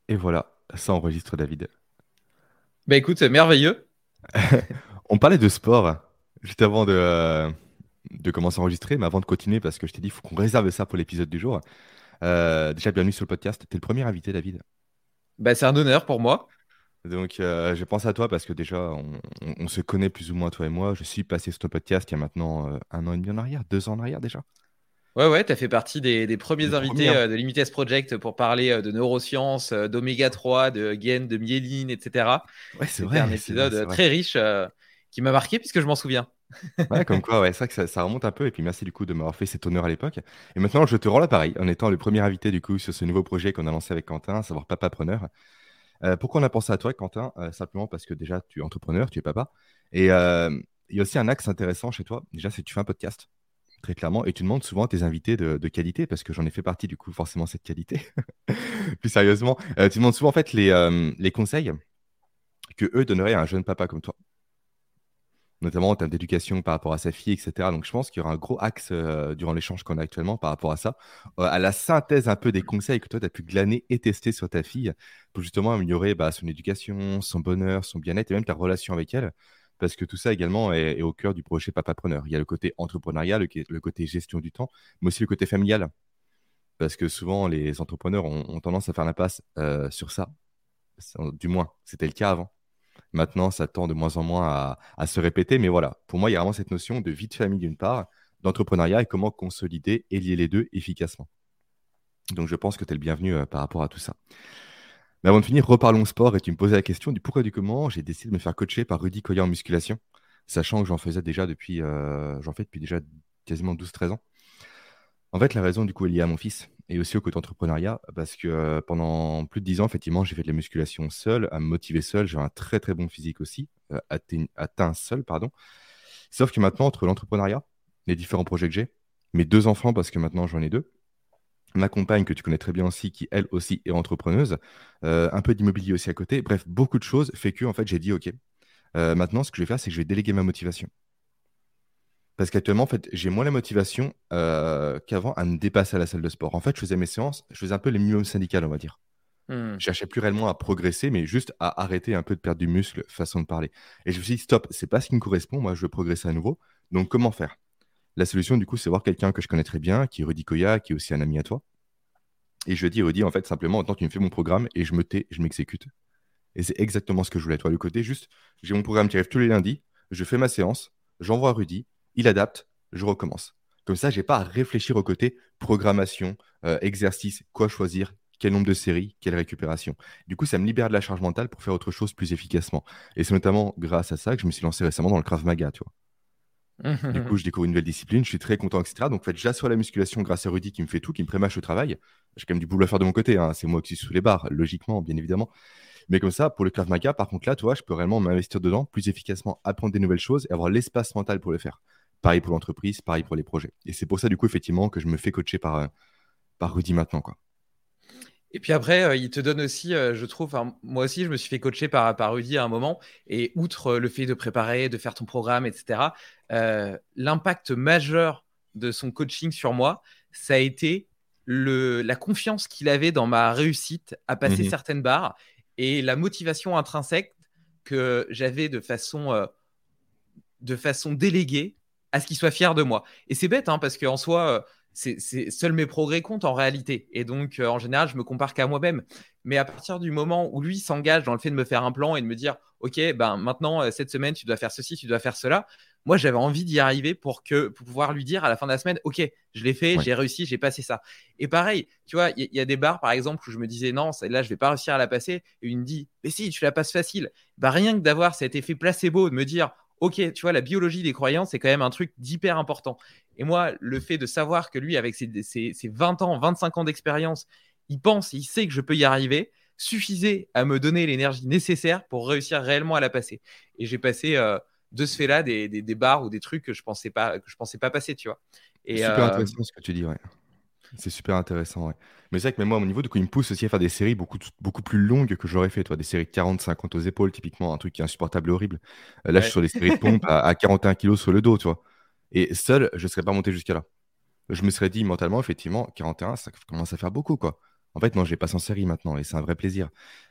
Et voilà, ça enregistre David. Bah écoute, merveilleux. On parlait de sport juste avant de commencer à enregistrer, mais avant de continuer, parce que je t'ai dit, il faut qu'on réserve ça pour l'épisode du jour. Déjà, bienvenue sur le podcast. T'es le premier invité, David. Bah c'est un honneur pour moi. Donc, je pense à toi parce que déjà, on se connaît plus ou moins, toi et moi. Je suis passé sur ton podcast il y a maintenant 1 an et demi en arrière, 2 ans en arrière déjà. Ouais, ouais, t'as fait partie des Les premiers premiers, invités hein. de Limites Project pour parler de neurosciences, d'oméga 3, de gaines, de myéline, etc. Ouais, c'est C'était un vrai, c'est vrai, épisode c'est vrai. très riche qui m'a marqué puisque je m'en souviens. Ouais, comme quoi, ouais, c'est vrai que ça remonte un peu. Et puis, merci du coup de m'avoir fait cet honneur à l'époque. Et maintenant, je te rends l'appareil en étant le premier invité du coup sur ce nouveau projet qu'on a lancé avec Quentin, à savoir Papa Preneur. Pourquoi on a pensé à toi, Quentin? Simplement parce que déjà, tu es entrepreneur, tu es papa. Et il y a aussi un axe intéressant chez toi. Déjà, c'est que tu fais un podcast, très clairement, et tu demandes souvent à tes invités de qualité, parce que j'en ai fait partie, du coup, forcément, cette qualité. Plus sérieusement, tu demandes souvent, en fait, les conseils que eux donneraient à un jeune papa comme toi, notamment en termes d'éducation par rapport à sa fille, etc. Donc, je pense qu'il y aura un gros axe durant l'échange qu'on a actuellement par rapport à ça, à la synthèse un peu des conseils que toi, tu as pu glaner et tester sur ta fille pour justement améliorer son éducation, son bonheur, son bien-être et même ta relation avec elle. Parce que tout ça également est au cœur du projet Papapreneur. Il y a le côté entrepreneurial, le côté gestion du temps, mais aussi le côté familial. Parce que souvent, les entrepreneurs ont tendance à faire l'impasse sur ça. Du moins, c'était le cas avant. Maintenant, ça tend de moins en moins à se répéter, mais voilà, pour moi, il y a vraiment cette notion de vie de famille d'une part, d'entrepreneuriat et comment consolider et lier les deux efficacement. Donc, je pense que tu es le bienvenu par rapport à tout ça. Mais avant de finir, reparlons sport et tu me posais la question du pourquoi du comment. J'ai décidé de me faire coacher par Rudy Koya en musculation, sachant que j'en faisais déjà j'en fais depuis déjà quasiment 12-13 ans. En fait, la raison du coup est liée à mon fils et aussi au côté entrepreneuriat, parce que pendant plus de 10 ans, effectivement, j'ai fait de la musculation seul, à me motiver seul. J'ai un très très bon physique aussi, atteint seul, pardon. Sauf que maintenant, entre l'entrepreneuriat, les différents projets que j'ai, mes deux enfants, parce que maintenant j'en ai deux, ma compagne que tu connais très bien aussi, qui elle aussi est entrepreneuse, un peu d'immobilier aussi à côté, bref, beaucoup de choses fait que en fait j'ai dit ok, maintenant ce que je vais faire, c'est que je vais déléguer ma motivation. Parce qu'actuellement, en fait, j'ai moins la motivation qu'avant à me dépasser à la salle de sport. En fait, je faisais mes séances, je faisais un peu les minimums syndical, on va dire. Hmm. Je cherchais plus réellement à progresser, mais juste à arrêter un peu de perdre du muscle, façon de parler. Et je me suis dit, stop, c'est pas ce qui me correspond, moi je veux progresser à nouveau. Donc comment faire? La solution, du coup, c'est voir quelqu'un que je connais très bien, qui est Rudy Koya, qui est aussi un ami à toi. Et je lui ai dit, Rudy, en fait, simplement, maintenant tu me fais mon programme et je me tais, je m'exécute. Et c'est exactement ce que je voulais. Toi, le côté, juste, j'ai mon programme qui arrive tous les lundis, je fais ma séance, j'envoie à Rudy, il adapte, je recommence. Comme ça, j'ai pas à réfléchir au côté programmation, exercice, quoi choisir, quel nombre de séries, quelle récupération. Du coup, ça me libère de la charge mentale pour faire autre chose plus efficacement. Et c'est notamment grâce à ça que je me suis lancé récemment dans le Krav Maga, tu vois. Du coup, je découvre une nouvelle discipline, je suis très content, etc. Donc, en fait, j'assois la musculation grâce à Rudy qui me fait tout, qui me prémâche le travail. J'ai quand même du boulot à faire de mon côté, hein. C'est moi qui suis sous les barres, logiquement, bien évidemment. Mais comme ça, pour le Krav Maga, par contre, là, toi, je peux réellement m'investir dedans plus efficacement, apprendre des nouvelles choses et avoir l'espace mental pour le faire. Pareil pour l'entreprise, pareil pour les projets. Et c'est pour ça, du coup, effectivement, que je me fais coacher par Rudy maintenant, quoi. Et puis après, il te donne aussi, je trouve, enfin, moi aussi, je me suis fait coacher par Rudy à un moment. Et outre le fait de préparer, de faire ton programme, etc., l'impact majeur de son coaching sur moi, ça a été la confiance qu'il avait dans ma réussite à passer Mhm. certaines barres et la motivation intrinsèque que j'avais de façon déléguée à ce qu'il soit fier de moi. Et c'est bête, hein, parce qu'en soi, seuls mes progrès comptent en réalité. Et donc, en général, je me compare qu'à moi-même. Mais à partir du moment où lui s'engage dans le fait de me faire un plan et de me dire, OK, ben maintenant, cette semaine, tu dois faire ceci, tu dois faire cela, moi, j'avais envie d'y arriver pour pouvoir lui dire à la fin de la semaine, OK, je l'ai fait, Ouais. j'ai réussi, j'ai passé ça. Et pareil, tu vois, il y a des barres, par exemple, où je me disais, non, là, je vais pas réussir à la passer. Et il me dit, mais si, tu la passes facile. Bah, rien que d'avoir cet effet placebo, de me dire, ok, tu vois, la biologie des croyances, c'est quand même un truc d'hyper important. Et moi, le fait de savoir que lui, avec ses 20 ans, 25 ans d'expérience, il pense, il sait que je peux y arriver, suffisait à me donner l'énergie nécessaire pour réussir réellement à la passer. Et j'ai passé de ce fait-là des barres ou des trucs que je pensais pas passer, tu vois. Et Super intéressant ce que tu dis, ouais. C'est super intéressant, ouais. Mais c'est vrai que même moi, à mon niveau, du coup, il me pousse aussi à faire des séries beaucoup plus longues que j'aurais fait, toi. Des séries de 40-50 aux épaules, typiquement, un truc qui est insupportable et horrible. Là, je suis ouais. sur des séries de pompes à 41 kilos sur le dos, tu vois. Et seul, je ne serais pas monté jusqu'à là. Je me serais dit mentalement, effectivement, 41, ça commence à faire beaucoup, quoi. En fait, non, je les passe en série maintenant et c'est un vrai plaisir.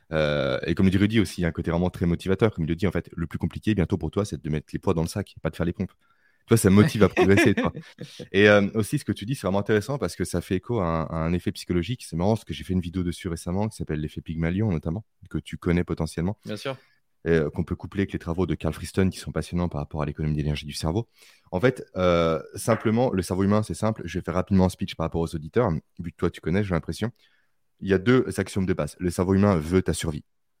Et comme le dit Rudy aussi, il y a un côté vraiment très motivateur. Comme il le dit, en fait, le plus compliqué bientôt pour toi, c'est de mettre les poids dans le sac, pas de faire les pompes. Toi, ça me motive à progresser, toi. Et aussi, ce que tu dis, c'est vraiment intéressant parce que ça fait écho à un effet psychologique. C'est marrant parce que j'ai fait une vidéo dessus récemment qui s'appelle l'effet Pygmalion, notamment, que tu connais potentiellement, Bien sûr. et qu'on peut coupler avec les travaux de Carl Friston qui sont passionnants par rapport à l'économie d'énergie du cerveau. En fait, simplement, le cerveau humain, c'est simple. Je vais faire rapidement un speech par rapport aux auditeurs, vu que toi, tu connais, j'ai l'impression. Il y a deux axiomes de base. Le cerveau humain veut ta survie.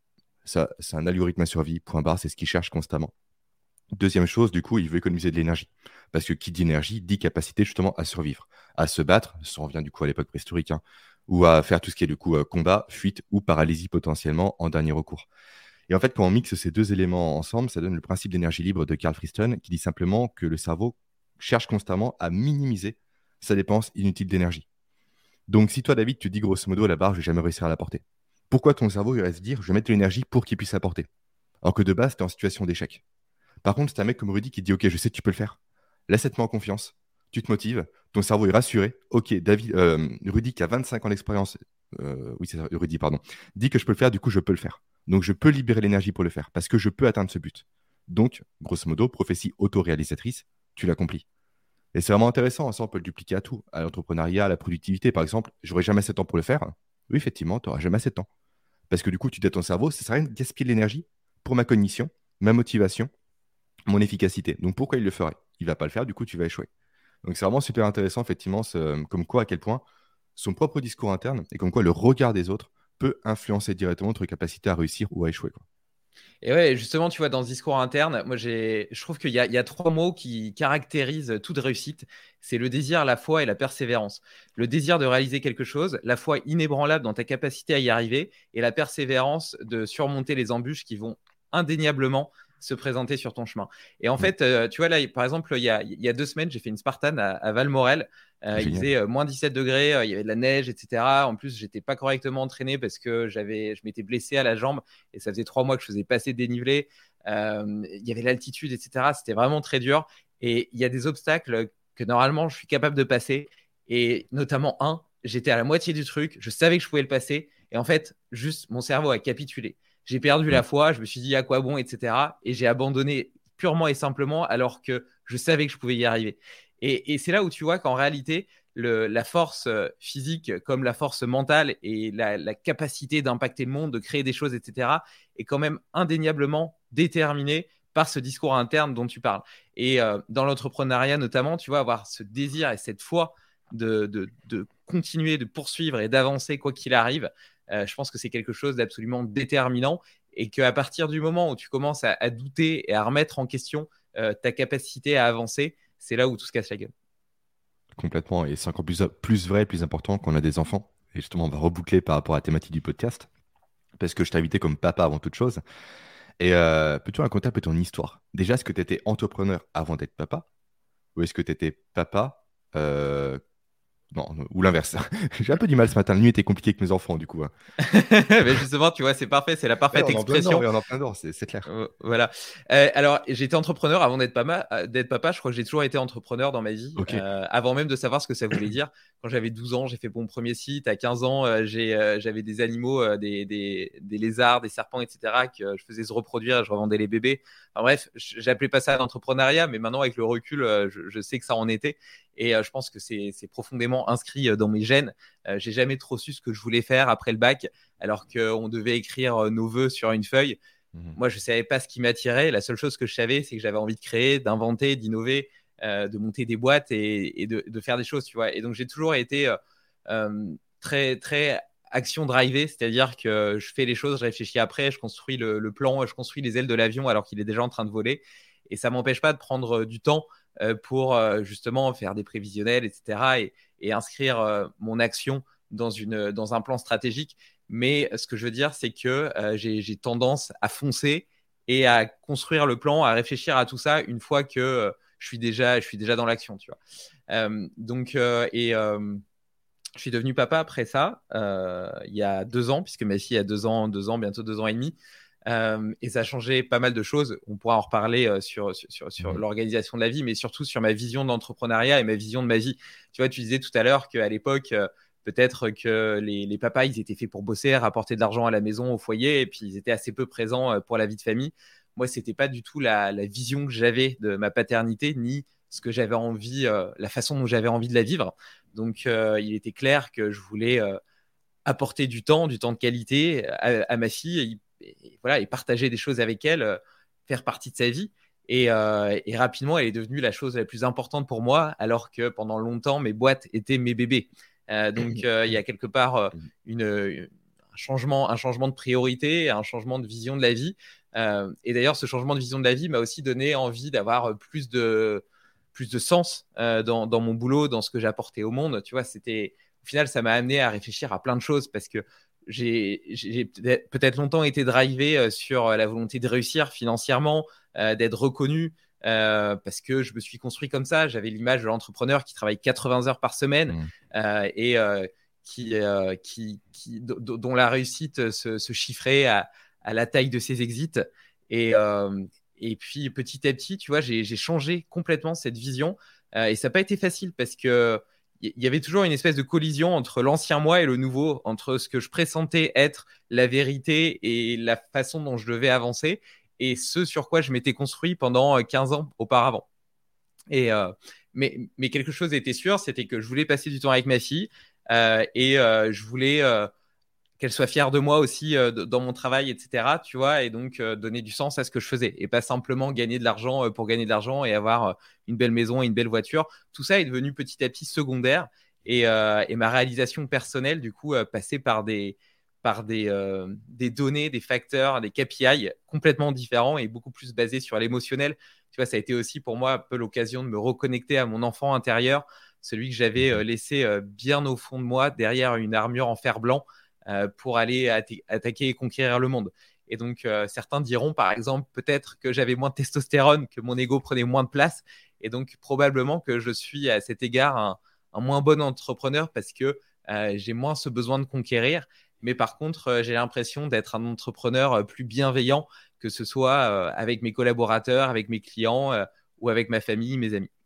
Ça, c'est un algorithme à survie, point barre, c'est ce qu'il cherche constamment. Deuxième chose, du coup, il veut économiser de l'énergie. Parce que qui dit énergie dit capacité justement à survivre, à se battre, ça revient du coup à l'époque préhistorique, hein, ou à faire tout ce qui est du coup combat, fuite ou paralysie potentiellement en dernier recours. Et en fait, quand on mixe ces deux éléments ensemble, ça donne le principe d'énergie libre de Carl Friston qui dit simplement que le cerveau cherche constamment à minimiser sa dépense inutile d'énergie. Donc si toi, David, tu dis grosso modo, la barre, je vais jamais réussir à la porter. Pourquoi ton cerveau il va se dire, je vais mettre de l'énergie pour qu'il puisse la porter? Alors que de base, tu es en situation d'échec. Par contre, c'est un mec comme Rudy qui te dit ok, je sais que tu peux le faire. Laisse-moi en confiance. Tu te motives. Ton cerveau est rassuré. Ok, David, Rudy qui a 25 ans d'expérience, oui, c'est ça, Rudy, pardon, dit que je peux le faire, du coup, je peux le faire. Donc, je peux libérer l'énergie pour le faire parce que je peux atteindre ce but. Donc, grosso modo, prophétie autoréalisatrice, tu l'accomplis. Et c'est vraiment intéressant. Ça, on peut le dupliquer à tout. À l'entrepreneuriat, à la productivité, par exemple. J'aurai jamais assez de temps pour le faire. Oui, effectivement, tu n'auras jamais assez de temps. Parce que du coup, tu dis à ton cerveau, ça sert à rien de gaspiller de l'énergie pour ma cognition, ma motivation, mon efficacité. Donc pourquoi il le ferait? Il va pas le faire, du coup tu vas échouer. Donc c'est vraiment super intéressant, effectivement, comme quoi à quel point son propre discours interne et comme quoi le regard des autres peut influencer directement notre capacité à réussir ou à échouer, quoi. Et ouais, justement, tu vois, dans ce discours interne, moi, je trouve qu'il y a trois mots qui caractérisent toute réussite. C'est le désir, la foi et la persévérance. Le désir de réaliser quelque chose, la foi inébranlable dans ta capacité à y arriver et la persévérance de surmonter les embûches qui vont indéniablement se présenter sur ton chemin. Et en Mm. fait, tu vois, là, par exemple, il y a 2 semaines, j'ai fait une Spartan à Valmorel. Il Génial. faisait moins 17 degrés, il y avait de la neige, etc. En plus, j'étais pas correctement entraîné parce que je m'étais blessé à la jambe et ça faisait 3 mois que je faisais passer de dénivelé. Il y avait l'altitude, etc. C'était vraiment très dur. Et il y a des obstacles que normalement je suis capable de passer. Et notamment un, j'étais à la moitié du truc, je savais que je pouvais le passer. Et en fait, juste mon cerveau a capitulé. J'ai perdu Mm. la foi, je me suis dit à quoi bon, etc. Et j'ai abandonné purement et simplement alors que je savais que je pouvais y arriver. Et c'est là où tu vois qu'en réalité, la force physique comme la force mentale et la capacité d'impacter le monde, de créer des choses, etc., est quand même indéniablement déterminée par ce discours interne dont tu parles. Et dans l'entrepreneuriat notamment, tu vois, avoir ce désir et cette foi de continuer, de poursuivre et d'avancer quoi qu'il arrive, je pense que c'est quelque chose d'absolument déterminant et qu'à partir du moment où tu commences à douter et à remettre en question ta capacité à avancer, c'est là où tout se casse la gueule. Complètement. Et c'est encore plus vrai, plus important qu'on a des enfants. Et justement, on va reboucler par rapport à la thématique du podcast. Parce que je t'ai invité comme papa avant toute chose. Et peux-tu raconter un peu ton histoire? Déjà, est-ce que tu étais entrepreneur avant d'être papa? Ou est-ce que tu étais papa euh, non, ou l'inverse. J'ai un peu du mal ce matin. La nuit était compliquée avec mes enfants, du coup, hein. Mais justement, tu vois, c'est parfait, c'est la Ouais, parfaite on est en plein dedans, expression. ouais, on est en plein dedans, c'est clair. Voilà. Alors, j'étais entrepreneur avant d'être papa. Je crois que j'ai toujours été entrepreneur dans ma vie, Ok. avant même de savoir ce que ça voulait dire. Quand j'avais 12 ans, j'ai fait mon premier site. À 15 ans, j'avais des animaux, des lézards, des serpents, etc., que je faisais se reproduire et je revendais les bébés. Enfin, bref, j'appelais pas ça l'entrepreneuriat, mais maintenant, avec le recul, je sais que ça en était. Et je pense que c'est profondément inscrit dans mes gènes. J'ai jamais trop su ce que je voulais faire après le bac, alors qu'on devait écrire nos vœux sur une feuille. Mhm. Moi, je ne savais pas ce qui m'attirait. La seule chose que je savais, c'est que j'avais envie de créer, d'inventer, d'innover, de monter des boîtes et de faire des choses, tu vois. Et donc, j'ai toujours été très, très action drivée, c'est-à-dire que je fais les choses, je réfléchis après, je construis le plan, je construis les ailes de l'avion alors qu'il est déjà en train de voler. Et ça ne m'empêche pas de prendre du temps pour justement faire des prévisionnels, etc. Et inscrire mon action dans un plan stratégique. Mais ce que je veux dire, c'est que j'ai tendance à foncer et à construire le plan, à réfléchir à tout ça une fois que je suis déjà dans l'action, tu vois. Je suis devenu papa après ça, il y a 2 ans, puisque ma fille a 2 ans, 2 ans, bientôt 2 ans et demi. Et ça a changé pas mal de choses. On pourra en reparler sur Mhm. l'organisation de la vie, mais surtout sur ma vision d'entrepreneuriat et ma vision de ma vie. Tu vois, tu disais tout à l'heure qu'à l'époque, Peut-être que les papas, ils étaient faits pour bosser, rapporter de l'argent à la maison, au foyer, et puis ils étaient assez peu présents pour la vie de famille. Moi, c'était pas du tout la vision que j'avais de ma paternité, ni ce que j'avais envie, la façon dont j'avais envie de la vivre. Donc, il était clair que je voulais apporter du temps de qualité à ma fille, voilà, et partager des choses avec elle, faire partie de sa vie. Et rapidement, elle est devenue la chose la plus importante pour moi, alors que pendant longtemps, mes boîtes étaient mes bébés. Donc, il y a quelque part un changement de priorité, un changement de vision de la vie. Et d'ailleurs, ce changement de vision de la vie m'a aussi donné envie d'avoir plus de sens dans mon boulot, dans ce que j'apportais au monde. Tu vois, au final, ça m'a amené à réfléchir à plein de choses parce que j'ai peut-être longtemps été drivé sur la volonté de réussir financièrement, d'être reconnu, parce que je me suis construit comme ça. J'avais l'image de l'entrepreneur qui travaille 80 heures par semaine et dont la réussite se chiffrait à la taille de ses exits. Et puis petit à petit, tu vois, j'ai changé complètement cette vision, et ça n'a pas été facile parce que il y avait toujours une espèce de collision entre l'ancien moi et le nouveau, entre ce que je pressentais être la vérité et la façon dont je devais avancer, et ce sur quoi je m'étais construit pendant 15 ans auparavant. Mais quelque chose était sûr, c'était que je voulais passer du temps avec ma fille, et je voulais qu'elle soit fière de moi aussi dans mon travail, etc. Tu vois, et donc donner du sens à ce que je faisais et pas simplement gagner de l'argent pour gagner de l'argent et avoir une belle maison et une belle voiture. Tout ça est devenu petit à petit secondaire, et ma réalisation personnelle, du coup, passait par des données, des facteurs, des KPI complètement différents et beaucoup plus basés sur l'émotionnel. Tu vois, ça a été aussi pour moi un peu l'occasion de me reconnecter à mon enfant intérieur, celui que j'avais laissé bien au fond de moi, derrière une armure en fer blanc, pour aller attaquer et conquérir le monde. Et donc, certains diront, par exemple, peut-être que j'avais moins de testostérone, que mon ego prenait moins de place, et donc probablement que je suis à cet égard un moins bon entrepreneur parce que j'ai moins ce besoin de conquérir. Mais par contre, j'ai l'impression d'être un entrepreneur plus bienveillant, que ce soit avec mes collaborateurs, avec mes clients, ou avec ma famille, mes amis.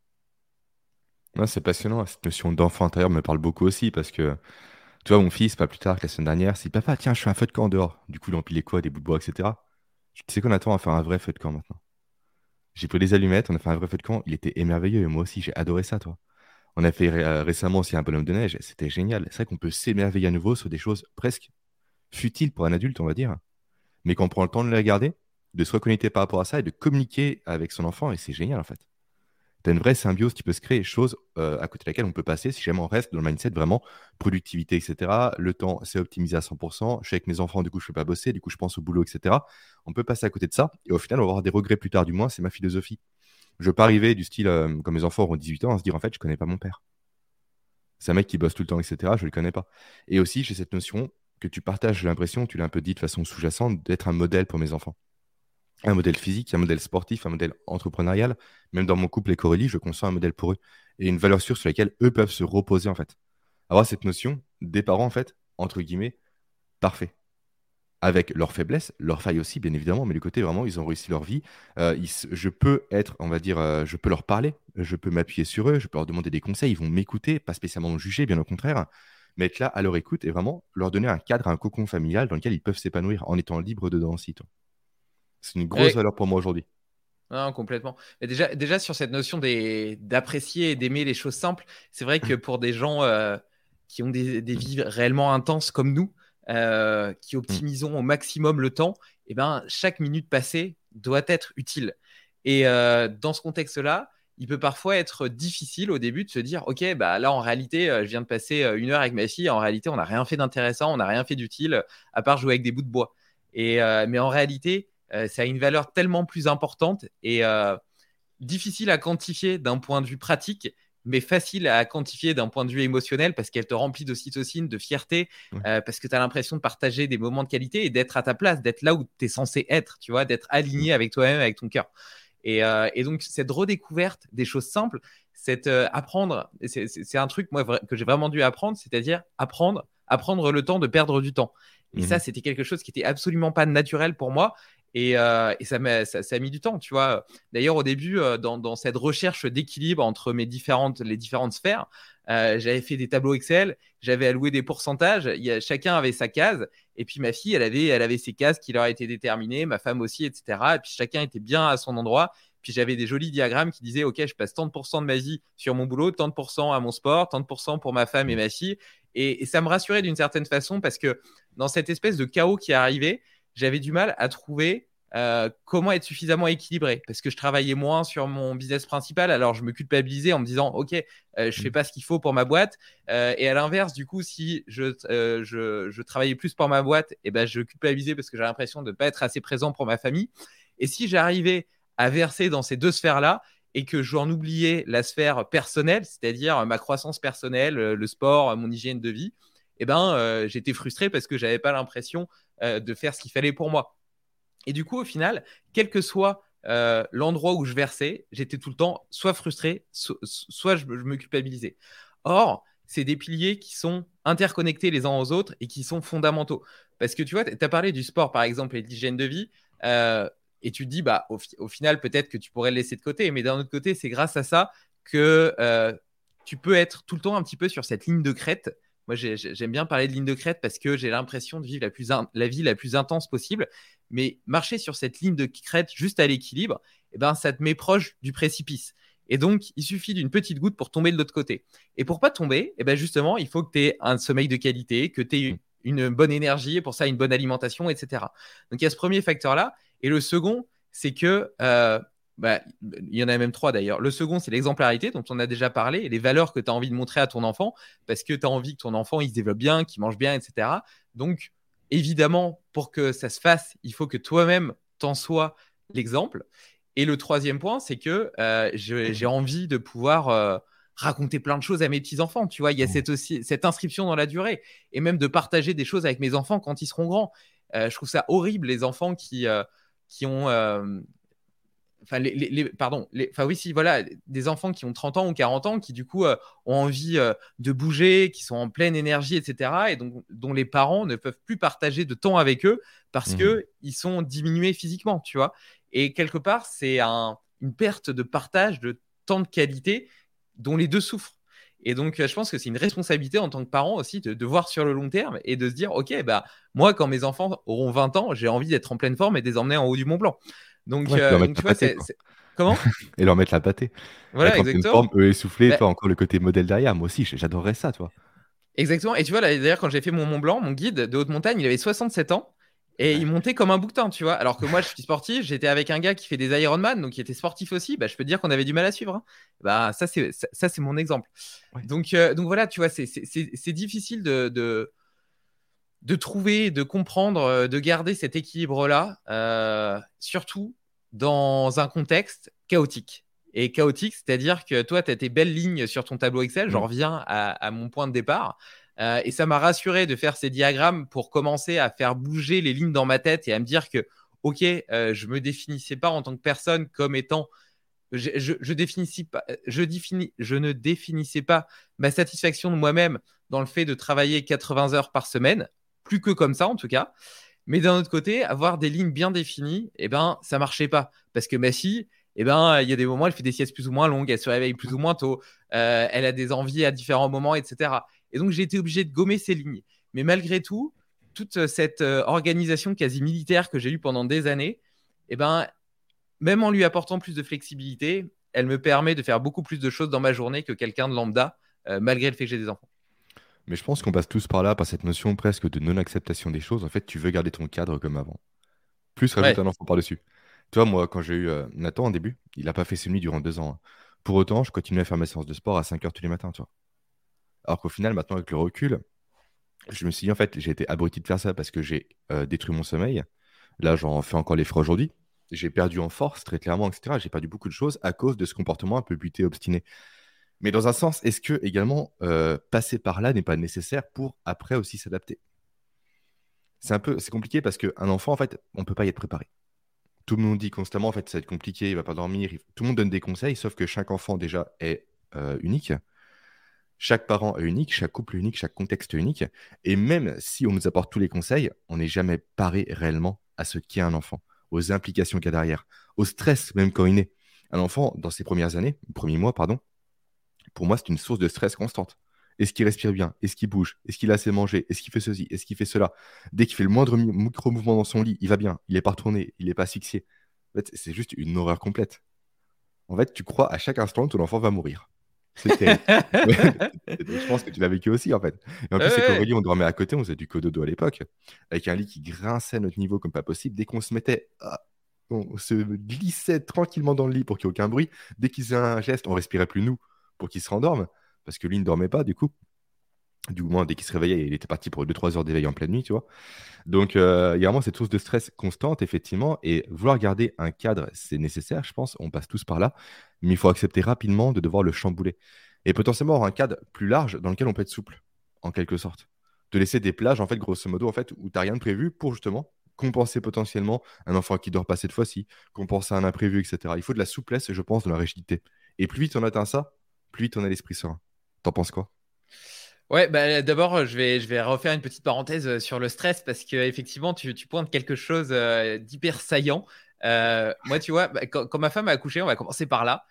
Ouais, c'est passionnant. Cette notion d'enfant intérieur me parle beaucoup aussi parce que, tu vois, mon fils, pas plus tard que la semaine dernière, c'est papa, tiens, je fais un feu de camp dehors. Du coup, il empilait quoi? Des bouts de bois, etc. Tu sais qu'on attend à faire un vrai feu de camp maintenant. J'ai pris des allumettes, on a fait un vrai feu de camp. Il était émerveilleux et moi aussi, j'ai adoré ça, toi. On a fait récemment aussi un bonhomme de neige. C'était génial. C'est vrai qu'on peut s'émerveiller à nouveau sur des choses presque futiles pour un adulte, on va dire. Mais qu'on prend le temps de les regarder, de se reconnecter par rapport à ça et de communiquer avec son enfant. Et c'est génial, en fait. Tu as une vraie symbiose qui peut se créer, chose à côté de laquelle on peut passer si jamais on reste dans le mindset vraiment productivité, etc. Le temps, c'est optimisé à 100%. Je suis avec mes enfants, du coup, je ne peux pas bosser, du coup, je pense au boulot, etc. On peut passer à côté de ça et au final, on va avoir des regrets plus tard. Du moins, c'est ma philosophie. Je ne veux pas arriver du style, comme mes enfants auront 18 ans, à se dire en fait, je ne connais pas mon père. C'est un mec qui bosse tout le temps, etc. Je ne le connais pas. Et aussi, j'ai cette notion que tu partages, j'ai l'impression, tu l'as un peu dit de façon sous-jacente, d'être un modèle pour mes enfants. Un modèle physique, un modèle sportif, un modèle entrepreneurial. Même dans mon couple et Corélie, je conçois un modèle pour eux. Et une valeur sûre sur laquelle eux peuvent se reposer, en fait. Avoir cette notion des parents, en fait, entre guillemets, parfaits. Avec leurs faiblesses, leurs failles aussi, bien évidemment, mais le côté vraiment, ils ont réussi leur vie. Je peux être, on va dire, je peux leur parler, je peux m'appuyer sur eux, je peux leur demander des conseils, ils vont m'écouter, pas spécialement me juger, bien au contraire, mais être là à leur écoute et vraiment leur donner un cadre, un cocon familial dans lequel ils peuvent s'épanouir en étant libres dedans aussi, toi. C'est une grosse Ouais, valeur pour moi aujourd'hui. non, complètement. Mais déjà sur cette notion d'apprécier et d'aimer les choses simples, c'est vrai que pour des gens qui ont des vies réellement intenses comme nous, qui Mm. optimisons au maximum le temps, eh ben, chaque minute passée doit être utile. Et dans ce contexte-là, il peut parfois être difficile au début de se dire, OK, bah là, en réalité, je viens de passer 1 heure avec ma fille. En réalité, on n'a rien fait d'intéressant, on n'a rien fait d'utile, à part jouer avec des bouts de bois. Mais en réalité, ça a une valeur tellement plus importante et difficile à quantifier d'un point de vue pratique, mais facile à quantifier d'un point de vue émotionnel parce qu'elle te remplit d'ocytocine, de fierté, Ouais. parce que tu as l'impression de partager des moments de qualité et d'être à ta place, d'être là où tu es censé être, tu vois, d'être Mm. aligné avec toi-même, avec ton cœur. Et donc, cette redécouverte des choses simples, apprendre, c'est un truc moi, que j'ai vraiment dû apprendre, c'est-à-dire apprendre le temps de perdre du temps. Et ça, Mhm. c'était quelque chose qui était absolument pas naturel pour moi. Et ça a mis du temps, tu vois. D'ailleurs, au début, dans cette recherche d'équilibre entre les différentes sphères, j'avais fait des tableaux Excel, j'avais alloué des pourcentages, chacun avait sa case, et puis ma fille, elle avait ses cases qui leur étaient déterminées, ma femme aussi, etc. Et puis chacun était bien à son endroit. Puis j'avais des jolis diagrammes qui disaient, OK, je passe tant de pourcents de ma vie sur mon boulot, tant de pourcents à mon sport, tant de pourcents pour ma femme et ma fille. Et ça me rassurait d'une certaine façon parce que dans cette espèce de chaos qui arrivait, j'avais du mal à trouver comment être suffisamment équilibré parce que je travaillais moins sur mon business principal, alors je me culpabilisais en me disant ok, je fais pas ce qu'il faut pour ma boîte, et à l'inverse du coup si je travaillais plus pour ma boîte, et ben je culpabilisais parce que j'ai l'impression de ne pas être assez présent pour ma famille. Et si j'arrivais à verser dans ces deux sphères là et que j'en oubliais la sphère personnelle, c'est-à-dire ma croissance personnelle, le sport, mon hygiène de vie, et ben j'étais frustré parce que j'avais pas l'impression de faire ce qu'il fallait pour moi. Et du coup, au final, quel que soit l'endroit où je versais, j'étais tout le temps soit frustré, soit je me culpabilisais. Or, c'est des piliers qui sont interconnectés les uns aux autres et qui sont fondamentaux. Parce que tu vois, tu as parlé du sport, par exemple, et de l'hygiène de vie. Et tu te dis, bah, au final, peut-être que tu pourrais le laisser de côté. Mais d'un autre côté, c'est grâce à ça que tu peux être tout le temps un petit peu sur cette ligne de crête. Moi, j'aime bien parler de ligne de crête parce que j'ai l'impression de vivre la vie la plus intense possible. Mais marcher sur cette ligne de crête juste à l'équilibre, eh ben, ça te met proche du précipice. Et donc, il suffit d'une petite goutte pour tomber de l'autre côté. Et pour pas tomber, eh ben justement, il faut que tu aies un sommeil de qualité, que tu aies une bonne énergie, et pour ça, une bonne alimentation, etc. Donc, il y a ce premier facteur-là. Et le second, c'est que il y en a même trois d'ailleurs. Le second, c'est l'exemplarité dont on a déjà parlé et les valeurs que tu as envie de montrer à ton enfant parce que tu as envie que ton enfant il se développe bien, qu'il mange bien, etc. Donc, évidemment, pour que ça se fasse, il faut que toi-même t'en sois l'exemple. Et le troisième point, c'est que j'ai envie de pouvoir raconter plein de choses à mes petits-enfants. Tu vois, il y a cette inscription dans la durée et même de partager des choses avec mes enfants quand ils seront grands. Je trouve ça horrible, les enfants qui ont enfin, oui, si, voilà, des enfants qui ont 30 ans ou 40 ans qui, du coup, ont envie de bouger, qui sont en pleine énergie, etc., et donc, dont les parents ne peuvent plus partager de temps avec eux parce qu'ils sont diminués physiquement, tu vois. Et quelque part, c'est une perte de partage de temps de qualité dont les deux souffrent. Et donc, je pense que c'est une responsabilité en tant que parent aussi de voir sur le long terme et de se dire, OK, bah, moi, quand mes enfants auront 20 ans, j'ai envie d'être en pleine forme et de les emmener en haut du Mont Blanc. Donc, Ouais, puis leur mettre donc la tu vois, pâtée, quoi. Comment? Et leur mettre la pâtée. Voilà, Être en pleine forme, exactement. eux essoufflés, Bah, toi encore le côté modèle derrière. Moi aussi, j'adorerais ça, toi. exactement. Et tu vois, là, d'ailleurs, quand j'ai fait mon Mont Blanc, mon guide de haute montagne, il avait 67 ans et il Ouais. montait comme un bouquetin, tu vois. Alors que moi, je suis sportif, j'étais avec un gars qui fait des Ironman, donc qui était sportif aussi. Bah, je peux te dire qu'on avait du mal à suivre, hein. Bah, ça, c'est mon exemple. Ouais. Donc voilà, tu vois, c'est difficile de trouver, de comprendre, de garder cet équilibre-là, surtout dans un contexte chaotique. Et chaotique, c'est-à-dire que toi, tu as tes belles lignes sur ton tableau Excel, j'en Mm. reviens à mon point de départ, et ça m'a rassuré de faire ces diagrammes pour commencer à faire bouger les lignes dans ma tête et à me dire que, ok, je me définissais pas en tant que personne comme étant je ne définissais pas ma satisfaction de moi-même dans le fait de travailler 80 heures par semaine, plus que comme ça en tout cas. Mais d'un autre côté, avoir des lignes bien définies, eh ben, ça marchait pas. Parce que ma fille, eh ben, il y a des moments, elle fait des siestes plus ou moins longues, elle se réveille plus ou moins tôt, elle a des envies à différents moments, etc. Et donc, j'ai été obligé de gommer ces lignes. Mais malgré tout, toute cette organisation quasi militaire que j'ai eue pendant des années, eh ben, même en lui apportant plus de flexibilité, elle me permet de faire beaucoup plus de choses dans ma journée que quelqu'un de lambda, malgré le fait que j'ai des enfants. Mais je pense qu'on passe tous par là, par cette notion presque de non-acceptation des choses. En fait, tu veux garder ton cadre comme avant. Plus rajoute Ouais, un enfant par-dessus. Tu vois, moi, quand j'ai eu Nathan au début, il n'a pas fait ses nuits durant 2 ans, hein. Pour autant, je continuais à faire mes séances de sport à 5 heures tous les matins, tu vois. Alors qu'au final, maintenant, avec le recul, je me suis dit, en fait, j'ai été abruti de faire ça parce que j'ai détruit mon sommeil. Là, j'en fais encore les frais aujourd'hui. J'ai perdu en force, très clairement, etc. J'ai perdu beaucoup de choses à cause de ce comportement un peu buté, obstiné. Mais dans un sens, est-ce que également passer par là n'est pas nécessaire pour après aussi s'adapter? C'est compliqué parce qu'un enfant, en fait, on ne peut pas y être préparé. Tout le monde dit constamment, en fait, ça va être compliqué, il va pas dormir. Tout le monde donne des conseils, sauf que chaque enfant déjà est unique. Chaque parent est unique, chaque couple est unique, chaque contexte est unique. Et même si on nous apporte tous les conseils, on n'est jamais paré réellement à ce qu'est un enfant. aux implications qu'il y a derrière, au stress même quand il naît. Un enfant, dans ses premières années, premiers mois, pardon, pour moi, c'est une source de stress constante. Est-ce qu'il respire bien? Est-ce qu'il bouge? Est-ce qu'il a assez mangé? Est-ce qu'il fait ceci? Est-ce qu'il fait cela? Dès qu'il fait le moindre micro-mouvement dans son lit, il va bien, il n'est pas retourné, il n'est pas asphyxié. En fait, c'est juste une horreur complète. En fait, tu crois à chaque instant que ton enfant va mourir. C'est terrible. Je pense que tu l'as vécu aussi, en fait. Et en Ouais, plus, c'est ouais. qu'Aurélie, on dormait à côté, on faisait du cododo à l'époque, avec un lit qui grinçait à notre niveau comme pas possible. Dès qu'on se mettait, on se glissait tranquillement dans le lit pour qu'il n'y ait aucun bruit. Dès qu'il faisait un geste, on respirait plus nous pour qu'il se rendorme, parce que lui ne dormait pas, du coup. Du moins, dès qu'il se réveillait, il était parti pour 2-3 heures d'éveil en pleine nuit, tu vois. Donc, il y a vraiment cette source de stress constante, effectivement, et vouloir garder un cadre, c'est nécessaire, je pense, on passe tous par là, mais il faut accepter rapidement de devoir le chambouler. Et potentiellement avoir un cadre plus large dans lequel on peut être souple, en quelque sorte. De laisser des plages, en fait, grosso modo, en fait, où tu n'as rien de prévu pour justement compenser potentiellement un enfant qui ne dort pas cette fois-ci, compenser un imprévu, etc. Il faut de la souplesse, je pense, de la rigidité. Et plus vite on atteint ça, plus vite on a l'esprit serein. T'en penses quoi? Ouais, bah, d'abord, je vais refaire une petite parenthèse sur le stress parce que effectivement, tu pointes quelque chose d'hyper saillant. Moi, tu vois, bah, quand ma femme a accouché, on va commencer par là.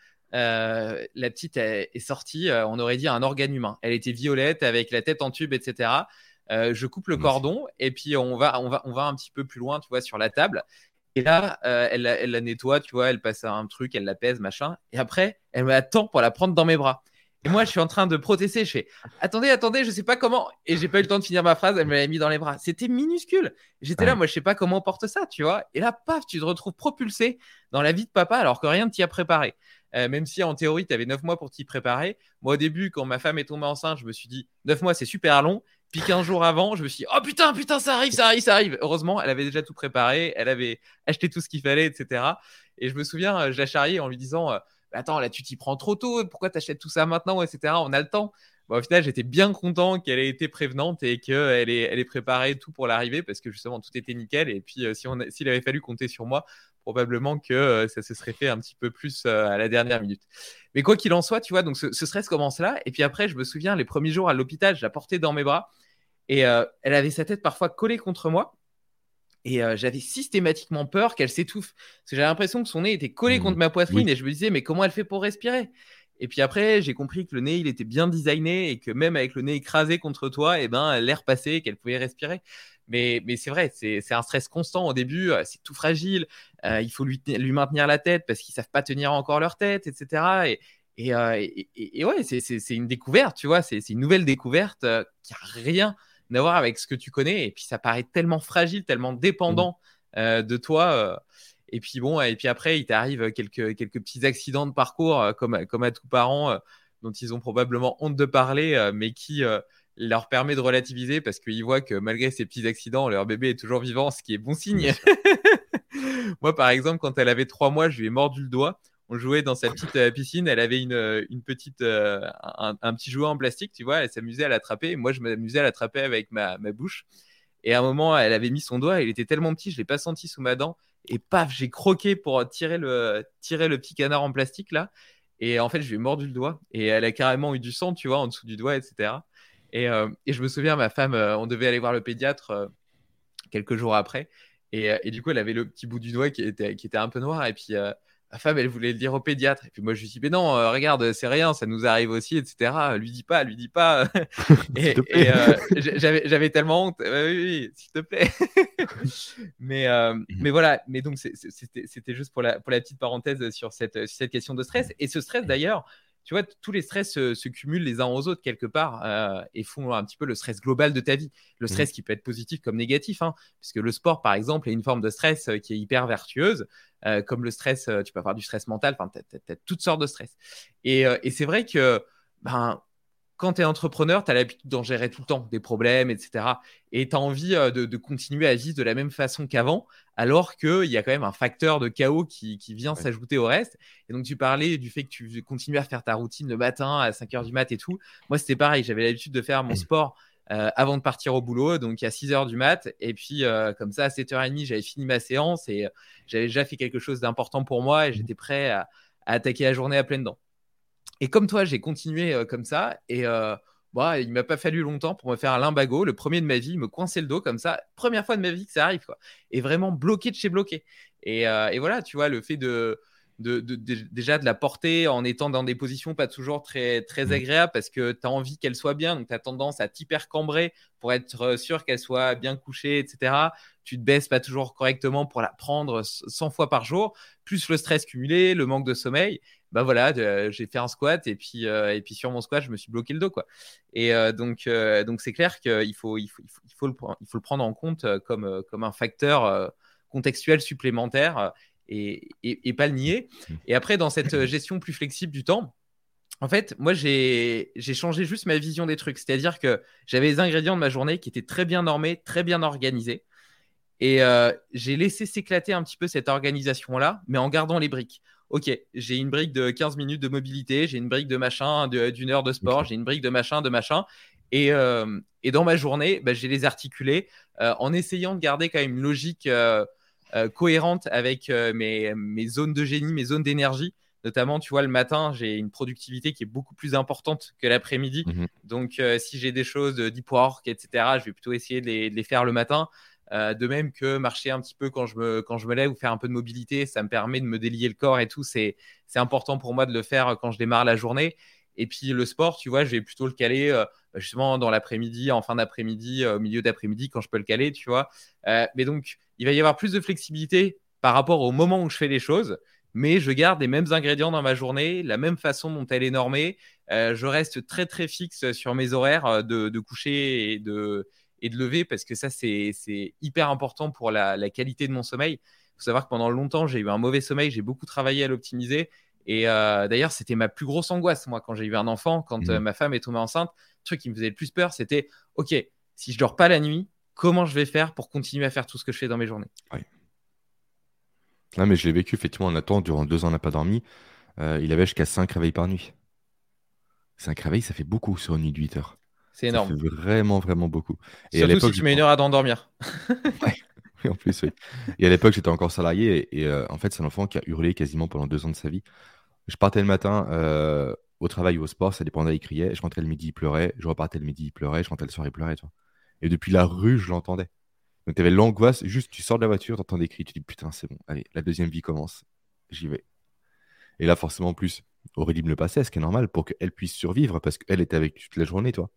La petite est sortie, on aurait dit un organe humain. Elle était violette avec la tête en tube, etc. Je coupe le Moi aussi. cordon et puis on va un petit peu plus loin, tu vois, sur la table. Et là, elle la nettoie, tu vois, elle passe un truc, elle la pèse, machin. Et après, elle m'attend pour la prendre dans mes bras. Et moi, je suis en train de protester. Je fais attendez, attendez, je sais pas comment. Et j'ai pas eu le temps de finir ma phrase. Elle me l'avait mis dans les bras. C'était minuscule. J'étais là, Ouais. moi, je sais pas comment on porte ça, tu vois. Et là, paf, tu te retrouves propulsé dans la vie de papa alors que rien ne t'y a préparé. Même si en théorie, tu avais 9 mois pour t'y préparer. Moi, au début, quand ma femme est tombée enceinte, je me suis dit 9 mois, c'est super long. Puis 15 jours avant, je me suis dit oh putain, putain, ça arrive, ça arrive, ça arrive. Heureusement, elle avait déjà tout préparé. Elle avait acheté tout ce qu'il fallait, etc. Et je me souviens, je la charriais en lui disant attends, là, tu t'y prends trop tôt, pourquoi t'achètes tout ça maintenant, etc. On a le temps. Bon, au final, j'étais bien content qu'elle ait été prévenante et qu'elle ait préparé tout pour l'arrivée parce que justement, tout était nickel. Et puis, s'il avait fallu compter sur moi, probablement que ça se serait fait un petit peu plus à la dernière minute. Mais quoi qu'il en soit, tu vois, donc ce stress commence là. Et puis après, je me souviens, les premiers jours à l'hôpital, je la portais dans mes bras et elle avait sa tête parfois collée contre moi. Et j'avais systématiquement peur qu'elle s'étouffe. Parce que j'avais l'impression que son nez était collé Mhm. contre ma poitrine Oui. et je me disais, mais comment elle fait pour respirer? Et puis après, j'ai compris que le nez, il était bien designé et que même avec le nez écrasé contre toi, eh ben, l'air passait et qu'elle pouvait respirer. Mais c'est vrai, c'est un stress constant au début, c'est tout fragile. Il faut lui maintenir la tête parce qu'ils savent pas tenir encore leur tête, etc. Et ouais, c'est une découverte, tu vois, c'est une nouvelle découverte qui a rien à voir avec ce que tu connais. Et puis ça paraît tellement fragile, tellement Mhm. dépendant de toi. Et puis bon, et puis après, il t'arrive quelques petits accidents de parcours, comme à tout parent, dont ils ont probablement honte de parler, mais qui leur permet de relativiser parce qu'ils voient que malgré ces petits accidents, leur bébé est toujours vivant, ce qui est bon Bien signe. sûr. Moi, par exemple, quand elle avait 3 mois, je lui ai mordu le doigt. On jouait dans sa petite piscine. Elle avait une petite, un petit jouet en plastique, tu vois. Elle s'amusait à l'attraper. Moi, je m'amusais à l'attraper avec ma bouche. Et à un moment, elle avait mis son doigt. Il était tellement petit, je l'ai pas senti sous ma dent. Et paf, j'ai croqué pour tirer le petit canard en plastique là. Et en fait, je lui ai mordu le doigt. Et elle a carrément eu du sang, tu vois, en dessous du doigt, etc. Et je me souviens, ma femme, on devait aller voir le pédiatre quelques jours après. Et du coup, elle avait le petit bout du doigt qui était un peu noir. Et puis, ma femme, elle voulait le dire au pédiatre. Et puis moi, je lui dis, mais non, regarde, c'est rien, ça nous arrive aussi, etc. Lui dis pas, lui dis pas. S'il te Et plaît. j'avais tellement honte. Oui, oui, s'il te plaît. Mais voilà, mais donc c'était juste pour la petite parenthèse sur cette question de stress. Et ce stress d'ailleurs, tu vois, tous les stress se cumulent les uns aux autres quelque part et font un petit peu le stress global de ta vie. Le Mhm. stress qui peut être positif comme négatif, hein, puisque le sport, par exemple, est une forme de stress qui est hyper vertueuse, comme le stress, tu peux avoir du stress mental, enfin, tu as toutes sortes de stress. Et c'est vrai que ben, quand tu es entrepreneur, tu as l'habitude d'en gérer tout le temps, des problèmes, etc. Et tu as envie de continuer à vivre de la même façon qu'avant, alors qu'il y a quand même un facteur de chaos qui vient Ouais. s'ajouter au reste. Et donc, tu parlais du fait que tu continues à faire ta routine le matin à 5 heures du mat et tout. Moi, c'était pareil. J'avais l'habitude de faire mon sport avant de partir au boulot, donc à 6 heures du mat. Et puis, comme ça, à 7h30, j'avais fini ma séance et j'avais déjà fait quelque chose d'important pour moi et Mhm. j'étais prêt à attaquer la journée à pleines dents. Et comme toi, j'ai continué comme ça. Et Bah, il m'a pas fallu longtemps pour me faire un lumbago, le premier de ma vie, me coincer le dos comme ça, première fois de ma vie que ça arrive, quoi. Et vraiment bloqué de chez bloqué. Et voilà, tu vois, le fait déjà de la porter en étant dans des positions pas toujours très, très Mm. agréables parce que tu as envie qu'elle soit bien, donc tu as tendance à t'hyper-cambrer pour être sûr qu'elle soit bien couchée, etc. Tu te baisses pas toujours correctement pour la prendre 100 fois par jour, plus le stress cumulé, le manque de sommeil. Bah voilà, j'ai fait un squat et puis sur mon squat, je me suis bloqué le dos, quoi. Donc c'est clair qu'il faut le prendre en compte comme un facteur contextuel supplémentaire et pas le nier. Mm. Et après, dans cette gestion plus flexible du temps, en fait, moi, j'ai changé juste ma vision des trucs. C'est-à-dire que j'avais les ingrédients de ma journée qui étaient très bien normés, très bien organisés. Et j'ai laissé s'éclater un petit peu cette organisation-là, mais en gardant les briques. Ok, j'ai une brique de 15 minutes de mobilité, j'ai une brique de machin, d'une heure de sport, Ok. j'ai une brique de machin, de machin. Et dans ma journée, bah, j'ai les articulés en essayant de garder quand même une logique cohérente avec mes zones de génie, mes zones d'énergie. Notamment, tu vois, le matin, j'ai une productivité qui est beaucoup plus importante que l'après-midi. Mhm. Donc, si j'ai des choses de deep work, etc., je vais plutôt essayer de les faire le matin. De même que marcher un petit peu quand je me lève ou faire un peu de mobilité, ça me permet de me délier le corps et tout. C'est important pour moi de le faire quand je démarre la journée. Et puis le sport, tu vois, je vais plutôt le caler justement dans l'après-midi, en fin d'après-midi, au milieu d'après-midi, quand je peux le caler, tu vois. Mais donc, il va y avoir plus de flexibilité par rapport au moment où je fais les choses, mais je garde les mêmes ingrédients dans ma journée, la même façon dont elle est normée. Je reste très, très fixe sur mes horaires de coucher et de lever parce que ça, c'est hyper important pour la qualité de mon sommeil. Il faut savoir que pendant longtemps, j'ai eu un mauvais sommeil, j'ai beaucoup travaillé à l'optimiser. Et d'ailleurs, c'était ma plus grosse angoisse, moi, quand j'ai eu un enfant, quand Mhm. ma femme est tombée enceinte. Le truc qui me faisait le plus peur, c'était, OK, si je dors pas la nuit, comment je vais faire pour continuer à faire tout ce que je fais dans mes journées? Ouais. Non, mais je l'ai vécu effectivement. Nathan, durant 2 ans, on n'a pas dormi. Il avait jusqu'à 5 réveils par nuit. 5 réveils, ça fait beaucoup sur une nuit de 8 heures. C'est Ça fait énorme. vraiment, vraiment beaucoup. Et à Surtout si l'époque, tu mets une heure à t'endormir. Ouais, oui, en plus, oui. Et à l'époque, j'étais encore salarié et en fait, c'est un enfant qui a hurlé quasiment pendant 2 ans de sa vie. Je partais le matin au travail ou au sport, ça dépendait, il criait. Je rentrais le midi, il pleurait. Je repartais le midi, il pleurait. Je rentrais le soir, il pleurait, tu vois. Et depuis la rue, je l'entendais. Donc, tu avais l'angoisse, juste tu sors de la voiture, tu entends des cris, tu dis putain, c'est bon, allez, la deuxième vie commence. J'y vais. Et là, forcément, en plus, Aurélie me le passait, ce qui est normal pour qu'elle puisse survivre parce qu'elle était avec toute la journée, toi.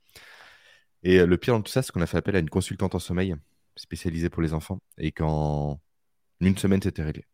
Et le pire dans tout ça, c'est qu'on a fait appel à une consultante en sommeil spécialisée pour les enfants et qu'en une semaine, c'était réglé.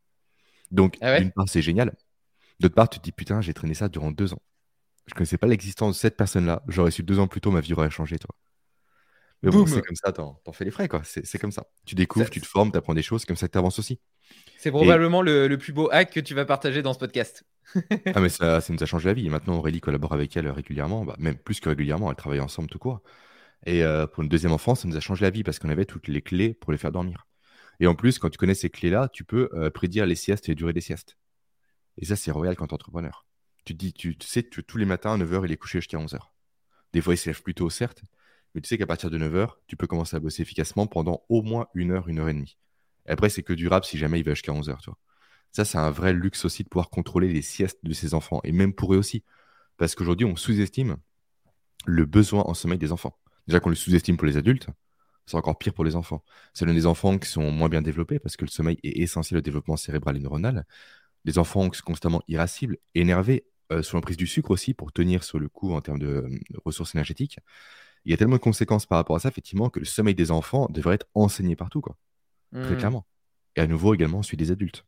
Donc, Ah d'une ouais? part, c'est génial. D'autre part, tu te dis putain, j'ai traîné ça durant 2 ans. Je connaissais pas l'existence de cette personne-là. J'aurais su 2 ans plus tôt, ma vie aurait changé, toi. Mais bon, c'est Boum! comme ça, t'en fais les frais, quoi. C'est comme ça. Tu Ça- découvres, tu te formes, tu apprends des choses, c'est comme ça que tu avances aussi. C'est Et probablement le plus beau hack que tu vas partager dans ce podcast. ah, mais ça nous a changé la vie. Et maintenant, Aurélie collabore avec elle régulièrement, bah, même plus que régulièrement, elle travaille ensemble tout court. Et pour une deuxième enfant, ça nous a changé la vie parce qu'on avait toutes les clés pour les faire dormir. Et en plus, quand tu connais ces clés-là, tu peux prédire les siestes et les durées des siestes. Et ça, c'est royal quand tu es entrepreneur. Tu te dis, tu sais que tous les matins, à 9 h, il est couché jusqu'à 11 h. Des fois, il se lève plus tôt, certes, mais tu sais qu'à partir de 9 h, tu peux commencer à bosser efficacement pendant au moins 1 h, 1 h 30. Et après, c'est que durable si jamais il va jusqu'à 11 h, tu vois. Ça, c'est un vrai luxe aussi de pouvoir contrôler les siestes de ses enfants, et même pour eux aussi. Parce qu'aujourd'hui, on sous-estime le besoin en sommeil des enfants. Déjà qu'on le sous-estime pour les adultes, c'est encore pire pour les enfants. Ça donne des enfants qui sont moins bien développés parce que le sommeil est essentiel au développement cérébral et neuronal. Des enfants qui sont constamment irascibles, énervés, sur la prise du sucre aussi pour tenir sur le coup en termes de ressources énergétiques. Il y a tellement de conséquences par rapport à ça, effectivement, que le sommeil des enfants devrait être enseigné partout, quoi. Très Hmm. clairement. Et à nouveau, également, celui des adultes.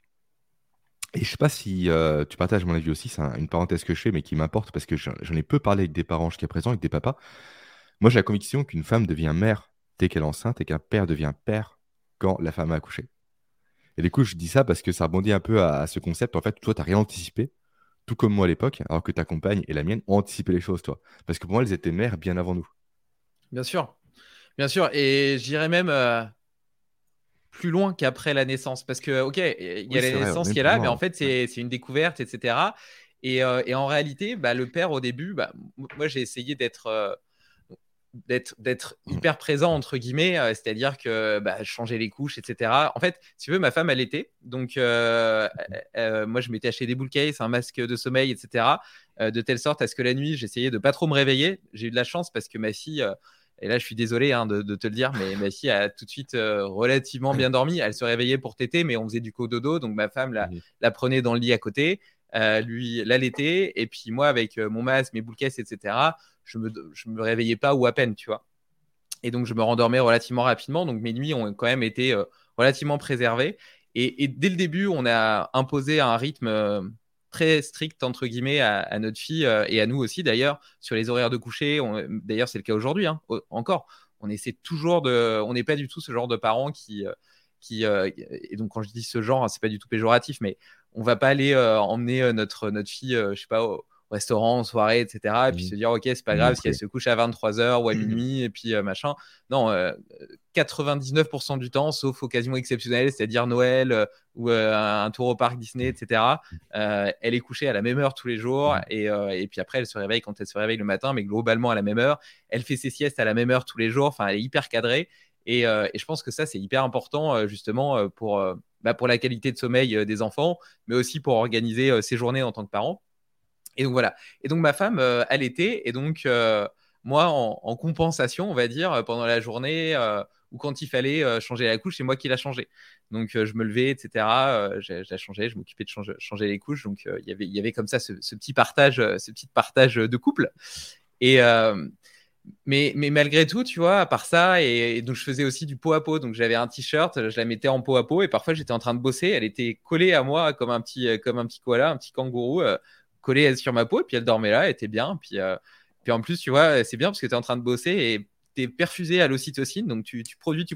Et je sais pas si tu partages mon avis aussi, c'est une parenthèse que je fais, mais qui m'importe parce que j'en ai peu parlé avec des parents jusqu'à présent, avec des papas. Moi, j'ai la conviction qu'une femme devient mère dès qu'elle est enceinte et qu'un père devient père quand la femme a accouché. Et du coup, je dis ça parce que ça rebondit un peu à ce concept. En fait, toi, tu n'as rien anticipé, tout comme moi à l'époque, alors que ta compagne et la mienne ont anticipé les choses, toi. Parce que pour moi, elles étaient mères bien avant nous. Bien sûr. Bien sûr. Et je dirais même plus loin qu'après la naissance. Parce que, OK, il y Oui, a la c'est vrai, naissance même qui est plus là, loin, mais en ouais. fait, Ouais. c'est une découverte, etc. Et en réalité, bah, le père, au début, bah, moi, j'ai essayé d'être d'être hyper présent entre guillemets, c'est-à-dire que changer les couches, etc. En fait, si tu veux, ma femme elle était donc moi je m'étais acheté des bull cases, un masque de sommeil, etc. De telle sorte à ce que la nuit j'essayais de pas trop me réveiller. J'ai eu de la chance parce que ma fille et là je suis désolé de te le dire, mais ma fille a tout de suite relativement bien dormi. Elle se réveillait pour téter, mais on faisait du cododo, donc ma femme la prenait dans le lit à côté, lui l'allaitait, et puis moi avec mon masque, mes boules caisses, etc. Je me réveillais pas ou à peine, tu vois. Et donc, je me rendormais relativement rapidement. Donc, mes nuits ont quand même été relativement préservées. Et dès le début, on a imposé un rythme très strict, entre guillemets, à notre fille et à nous aussi, d'ailleurs, sur les horaires de coucher. D'ailleurs, c'est le cas aujourd'hui, hein, encore. On essaie toujours de. On n'est pas du tout ce genre de parents et donc, quand je dis ce genre, c'est pas du tout péjoratif, mais on va pas aller emmener notre fille, je sais pas, au restaurant, en soirée, etc. Et puis se dire, ok, c'est pas grave si elle se couche à 23h ou à minuit, et puis machin. Non, 99% du temps, sauf occasion exceptionnelle, c'est-à-dire Noël ou un tour au parc Disney, etc. Elle est couchée à la même heure tous les jours, et puis après, elle se réveille quand elle se réveille le matin, mais globalement à la même heure. Elle fait ses siestes à la même heure tous les jours, enfin, elle est hyper cadrée. Et je pense que ça, c'est hyper important, justement, pour la qualité de sommeil des enfants, mais aussi pour organiser ses journées en tant que parent. Et donc voilà. Et donc ma femme allaitait, et donc moi en compensation, on va dire, pendant la journée ou quand il fallait changer la couche, c'est moi qui la changeais. Donc je me levais, etc. Je la changeais, je m'occupais de changer les couches. Donc il y avait comme ça ce petit partage de couple. Et mais malgré tout, tu vois, à part ça, et donc je faisais aussi du pot à pot. Donc j'avais un t-shirt, je la mettais en pot à pot, et parfois j'étais en train de bosser. Elle était collée à moi comme un petit koala, un petit kangourou, collée sur ma peau, et puis elle dormait là, elle était bien. Puis en plus, tu vois, c'est bien parce que tu es en train de bosser et tu es perfusé à l'ocytocine, donc tu produis,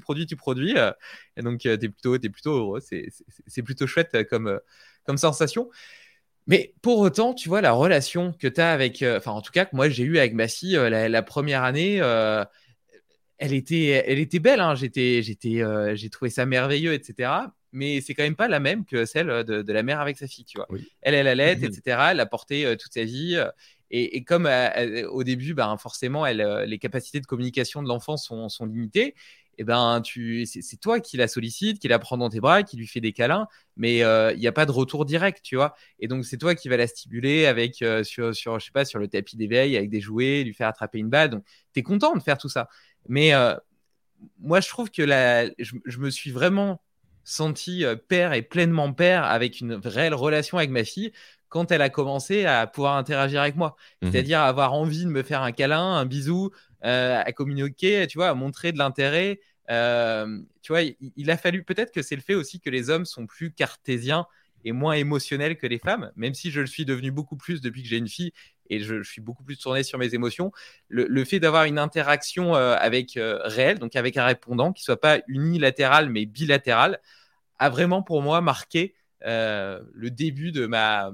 et donc tu es plutôt heureux. C'est plutôt chouette comme sensation. Mais pour autant, tu vois, la relation que tu as avec, enfin, en tout cas, que moi j'ai eu avec ma fille la première année, elle était belle, hein. J'ai trouvé ça merveilleux, etc. Mais c'est quand même pas la même que celle de la mère avec sa fille, tu vois. Oui. Elle allait, etc. Elle l'a portée toute sa vie. Et comme au début, ben, forcément, les capacités de communication de l'enfant sont limitées. Et ben, c'est toi qui la sollicite, qui la prend dans tes bras, qui lui fait des câlins, mais il n'y a pas de retour direct, tu vois. Et donc, c'est toi qui vas la stimuler avec, je sais pas, sur le tapis d'éveil, avec des jouets, lui faire attraper une balle. Donc, tu es content de faire tout ça. Mais moi, je trouve que je me suis vraiment senti père et pleinement père avec une réelle relation avec ma fille quand elle a commencé à pouvoir interagir avec moi. C'est-à-dire avoir envie de me faire un câlin, un bisou, à communiquer, tu vois, à montrer de l'intérêt. Tu vois, il a fallu, peut-être que c'est le fait aussi que les hommes sont plus cartésiens et moins émotionnels que les femmes, même si je le suis devenu beaucoup plus depuis que j'ai une fille et je suis beaucoup plus tourné sur mes émotions. Le fait d'avoir une interaction avec réelle, donc avec un répondant qui soit pas unilatéral mais bilatéral, a vraiment pour moi marqué le début de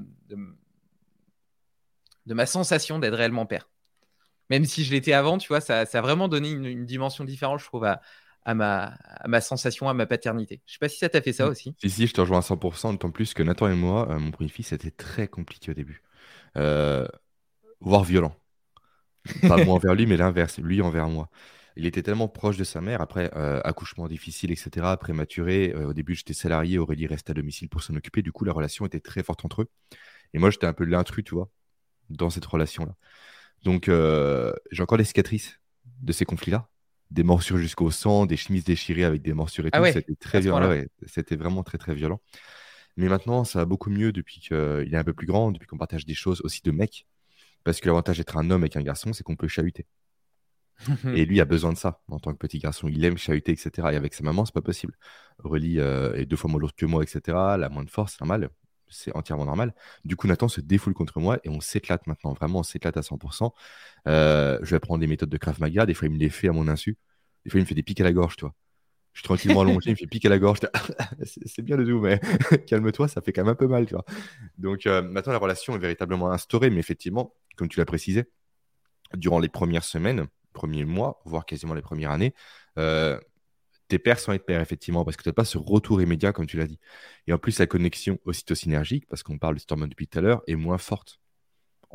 ma sensation d'être réellement père. Même si je l'étais avant, tu vois, ça a vraiment donné une dimension différente, je trouve, à ma sensation, à ma paternité. Je sais pas si ça t'a fait ça aussi. Si, je te rejoins à 100%, d'autant plus que Nathan et moi, mon premier fils, c'était très compliqué au début. Euh, Voire violent. Pas moi envers lui, mais l'inverse, lui envers moi. Il était tellement proche de sa mère, après accouchement difficile, etc., prématuré. Au début, j'étais salarié, Aurélie restait à domicile pour s'en occuper. Du coup, la relation était très forte entre eux. Et moi, j'étais un peu l'intrus, tu vois, dans cette relation-là. Donc, j'ai encore les cicatrices de ces conflits-là. Des morsures jusqu'au sang, des chemises déchirées avec des morsures et Ah tout. ouais, C'était très à ce violent. point-là. Ouais, c'était vraiment très, très violent. Mais maintenant, ça va beaucoup mieux depuis qu'il est un peu plus grand, depuis qu'on partage des choses aussi de mec. Parce que l'avantage d'être un homme avec un garçon, c'est qu'on peut chahuter. Et lui a besoin de ça en tant que petit garçon. Il aime chahuter, etc. Et avec sa maman, c'est pas possible. Aurélie est 2 fois moins lourde que moi, etc. Elle a moins de force, c'est normal. C'est entièrement normal. Du coup, Nathan se défoule contre moi et on s'éclate maintenant. Vraiment, on s'éclate à 100%. Je vais apprendre des méthodes de Krav Maga. Des fois, il me les fait à mon insu. Des fois, il me fait des pics à la gorge, tu vois. Je suis tranquillement allongé, il me fait pique à la gorge. C'est bien le tout, mais calme-toi, ça fait quand même un peu mal, tu vois. Donc maintenant, la relation est véritablement instaurée, mais effectivement, comme tu l'as précisé, durant les premières semaines, premiers mois, voire quasiment les premières années, t'es père sans être père, effectivement, parce que tu n'as pas ce retour immédiat, comme tu l'as dit. Et en plus, la connexion ocytocinergique, parce qu'on parle de cette hormone depuis tout à l'heure, est moins forte entre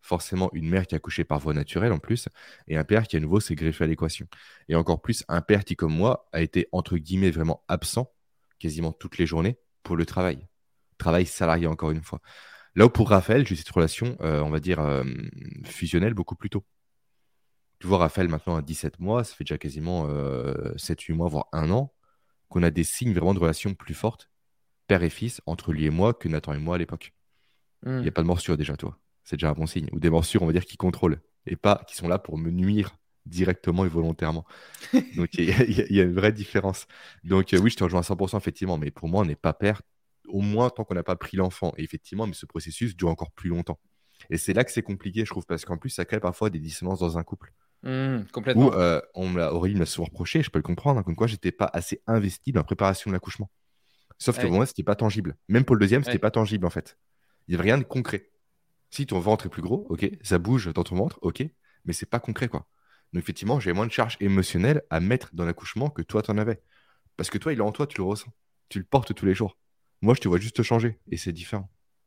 forcément une mère qui a accouché par voie naturelle en plus, et un père qui à nouveau s'est greffé à l'équation. Et encore plus, un père qui, comme moi, a été entre guillemets vraiment absent quasiment toutes les journées pour le travail. Travail salarié encore une fois. Là où pour Raphaël, j'ai eu cette relation, on va dire, fusionnelle beaucoup plus tôt. Tu vois, Raphaël maintenant a 17 mois, ça fait déjà quasiment 7-8 mois, voire 1 an, qu'on a des signes vraiment de relation plus fortes, père et fils, entre lui et moi, que Nathan et moi à l'époque. Il n'y a Hmm. pas de morsure déjà, toi. C'est déjà un bon signe. Ou des morsures, on va dire, qui contrôlent, et pas qui sont là pour me nuire directement et volontairement. Donc, il y a une vraie différence. Donc, oui, je te rejoins à 100%, effectivement, mais pour moi, on n'est pas père, au moins tant qu'on n'a pas pris l'enfant. Et effectivement, mais ce processus dure encore plus longtemps. Et c'est là que c'est compliqué, je trouve, parce qu'en plus, ça crée parfois des dissonances dans un couple. Où Complètement. Aurélie me l'a souvent reproché, je peux le comprendre, hein, comme quoi j'étais pas assez investi dans la préparation de l'accouchement. Sauf que Ouais. pour moi, c'était pas tangible. Même pour le deuxième, c'était Ouais. pas tangible en fait. Il n'y avait rien de concret. Si ton ventre est plus gros, ok, ça bouge dans ton ventre, ok, mais c'est pas concret quoi. Donc effectivement, j'ai moins de charge émotionnelle à mettre dans l'accouchement que toi t'en avais. Parce que toi, il est en toi, tu le ressens. Tu le portes tous les jours. Moi, je te vois juste changer et c'est différent.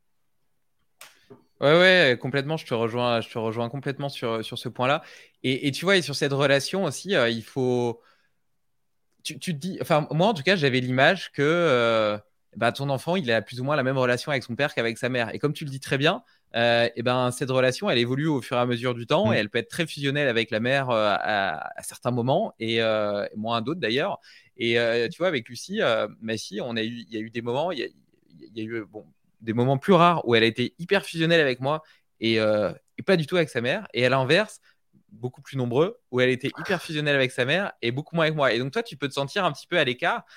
Ouais, ouais, complètement. Je te rejoins complètement sur ce point-là. Et tu vois, et sur cette relation aussi, il faut. Tu te dis, enfin, moi en tout cas, j'avais l'image que bah, ton enfant, il a plus ou moins la même relation avec son père qu'avec sa mère. Et comme tu le dis très bien, et ben, cette relation, elle évolue au fur et à mesure du temps et Mm. elle peut être très fusionnelle avec la mère à certains moments et moins à d'autres d'ailleurs. Et tu vois, avec Lucie, ma fille, il y a eu des moments, il y a eu bon, des moments plus rares où elle a été hyper fusionnelle avec moi et pas du tout avec sa mère. Et à l'inverse, beaucoup plus nombreux, où elle était hyper fusionnelle avec sa mère et beaucoup moins avec moi. Et donc toi, tu peux te sentir un petit peu à l'écart.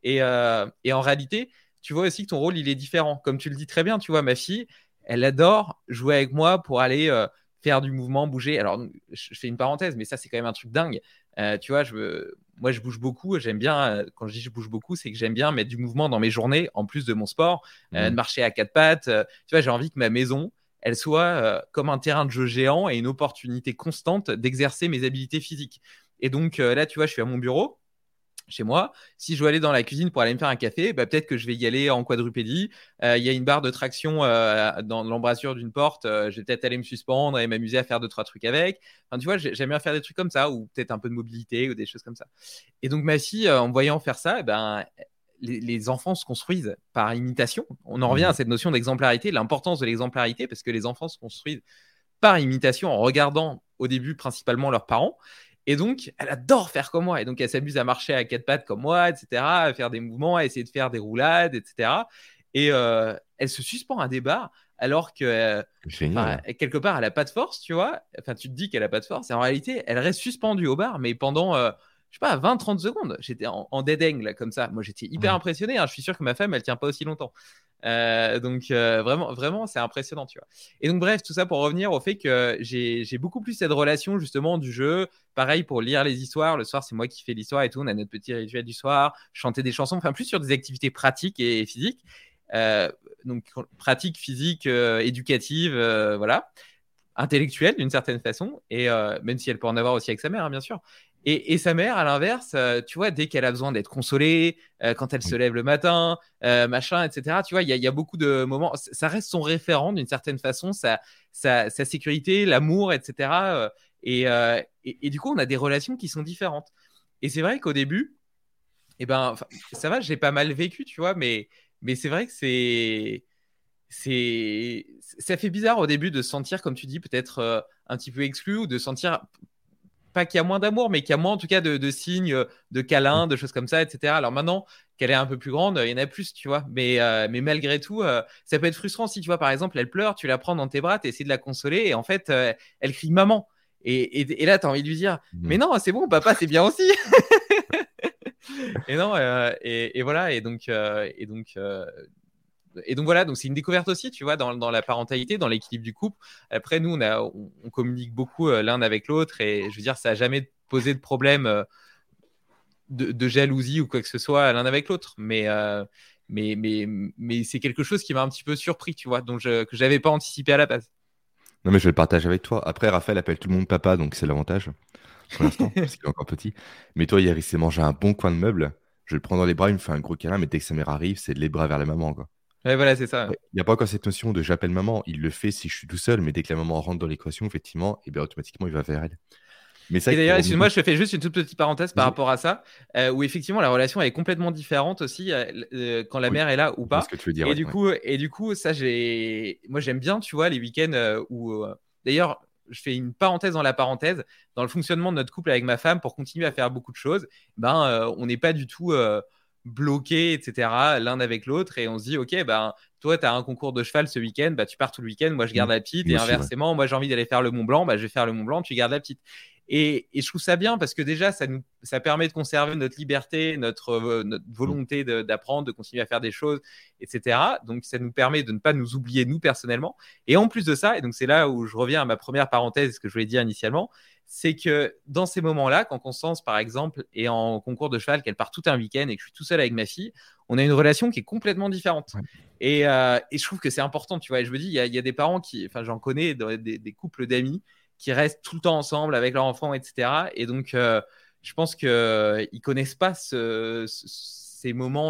Et en réalité, tu vois aussi que ton rôle, il est différent. Comme tu le dis très bien, tu vois, ma fille, elle adore jouer avec moi pour aller faire du mouvement, bouger. Alors, je fais une parenthèse, mais ça, c'est quand même un truc dingue. Tu vois, moi, je bouge beaucoup. J'aime bien, quand je dis je bouge beaucoup, c'est que j'aime bien mettre du mouvement dans mes journées, en plus de mon sport, de Mm. marcher à quatre pattes. Tu vois, j'ai envie que ma maison, elle soit comme un terrain de jeu géant et une opportunité constante d'exercer mes habilités physiques. Et donc là, tu vois, je suis à mon bureau chez moi. Si je veux aller dans la cuisine pour aller me faire un café, bah, peut-être que je vais y aller en quadrupédie. Il y a une barre de traction dans l'embrasure d'une porte. Je vais peut-être aller me suspendre et m'amuser à faire deux, trois trucs avec. Enfin, tu vois, j'aime bien faire des trucs comme ça ou peut-être un peu de mobilité ou des choses comme ça. Et donc, ma fille, en me voyant faire ça, eh ben, les enfants se construisent par imitation. On en revient à Mhm. cette notion d'exemplarité, l'importance de l'exemplarité, parce que les enfants se construisent par imitation en regardant au début principalement leurs parents. Et donc, elle adore faire comme moi. Et donc, elle s'amuse à marcher à quatre pattes comme moi, etc., à faire des mouvements, à essayer de faire des roulades, etc. Et elle se suspend à des barres alors que, enfin, Génial. quelque part, elle n'a pas de force, tu vois. Enfin, tu te dis qu'elle n'a pas de force. Et en réalité, elle reste suspendue au bar, mais pendant, je sais pas, 20-30 secondes. J'étais en dead angle, comme ça. Moi, j'étais hyper Mm. impressionné, hein. Je suis sûr que ma femme, elle tient pas aussi longtemps. Donc, vraiment, vraiment, c'est impressionnant, tu vois. Et donc, bref, tout ça pour revenir au fait que j'ai beaucoup plus cette relation, justement, du jeu. Pareil pour lire les histoires. Le soir, c'est moi qui fais l'histoire et tout. On a notre petit rituel du soir, chanter des chansons, enfin, plus sur des activités pratiques et physiques. Euh, donc, pratiques, physiques, éducatives, voilà, intellectuelles d'une certaine façon. Et même si elle peut en avoir aussi avec sa mère, hein, bien sûr. Et sa mère, à l'inverse, tu vois, dès qu'elle a besoin d'être consolée, quand elle se Oui. lève le matin, machin, etc., tu vois, il y a beaucoup de moments. Ça reste son référent d'une certaine façon, sa sécurité, l'amour, etc. Et du coup, on a des relations qui sont différentes. Et c'est vrai qu'au début, eh ben, ça va, j'ai pas mal vécu, tu vois, mais c'est vrai que ça fait bizarre au début de se sentir, comme tu dis, peut-être un petit peu exclu ou de sentir pas qu'il y a moins d'amour, mais qu'il y a moins en tout cas de signes, de Mm. câlins, de choses comme ça, etc. Alors maintenant qu'elle est un peu plus grande, il y en a plus, tu vois. Mais malgré tout, ça peut être frustrant si tu vois, par exemple, elle pleure, tu la prends dans tes bras, tu essaies de la consoler, et en fait, elle crie maman. Et là, tu as envie de lui dire, mais Mm. non, c'est bon, papa, c'est bien aussi. Et non, et voilà, et donc voilà, donc c'est une découverte aussi, tu vois, dans la parentalité, dans l'équilibre du couple. Après, nous, on communique beaucoup l'un avec l'autre et je veux dire, ça n'a jamais posé de problème de jalousie ou quoi que ce soit l'un avec l'autre. Mais c'est quelque chose qui m'a un petit peu surpris, tu vois, que j'avais pas anticipé à la base. Non, mais je vais le partager avec toi. Après, Raphaël appelle tout le monde papa, donc c'est l'avantage pour l'instant, parce qu'il est encore petit. Mais toi, hier, il s'est mangé un bon coin de meuble. Je le prends dans les bras, il me fait un gros câlin, mais dès que sa mère arrive, c'est les bras vers la maman, quoi. Ouais, voilà, c'est ça. Il n'y a pas encore cette notion de j'appelle maman. Il le fait si je suis tout seul, mais dès que la maman rentre dans l'équation, effectivement, et bien automatiquement, il va vers elle. Mais c'est Et vrai que d'ailleurs, pour excuse-moi, revenir. je te fais juste une toute petite parenthèse par Vas-y. rapport à ça, où effectivement la relation elle est complètement différente aussi quand la Oui, mère est là ou je vois ce pas. que tu veux dire, Et ouais. du Ouais. coup, ça moi j'aime bien, tu vois, les week-ends où, d'ailleurs, je fais une parenthèse dans la parenthèse, dans le fonctionnement de notre couple avec ma femme pour continuer à faire beaucoup de choses. On n'est pas du tout bloqués, etc. L'un avec l'autre et on se dit, ok, toi, tu as un concours de cheval ce week-end, tu pars tout le week-end, moi je Mm. garde la petite, Nous et aussi, ouais. inversement, moi j'ai envie d'aller faire le Mont Blanc, je vais faire le Mont Blanc, tu gardes la petite. Et je trouve ça bien parce que déjà, ça permet de conserver notre liberté, notre Mm. volonté d'apprendre, de continuer à faire des choses, etc. Donc, ça nous permet de ne pas nous oublier, nous, personnellement. Et en plus de ça, et donc c'est là où je reviens à ma première parenthèse, ce que je voulais dire initialement, c'est que dans ces moments-là, quand Constance, par exemple, est en concours de cheval, qu'elle part tout un week-end et que je suis tout seul avec ma fille, on a une relation qui est complètement différente. Ouais. Et je trouve que c'est important, tu vois. Et je me dis, il y a des parents qui, enfin, j'en connais des couples d'amis qui restent tout le temps ensemble avec leurs enfants, etc. Et donc, je pense qu'ils ne connaissent pas ces moments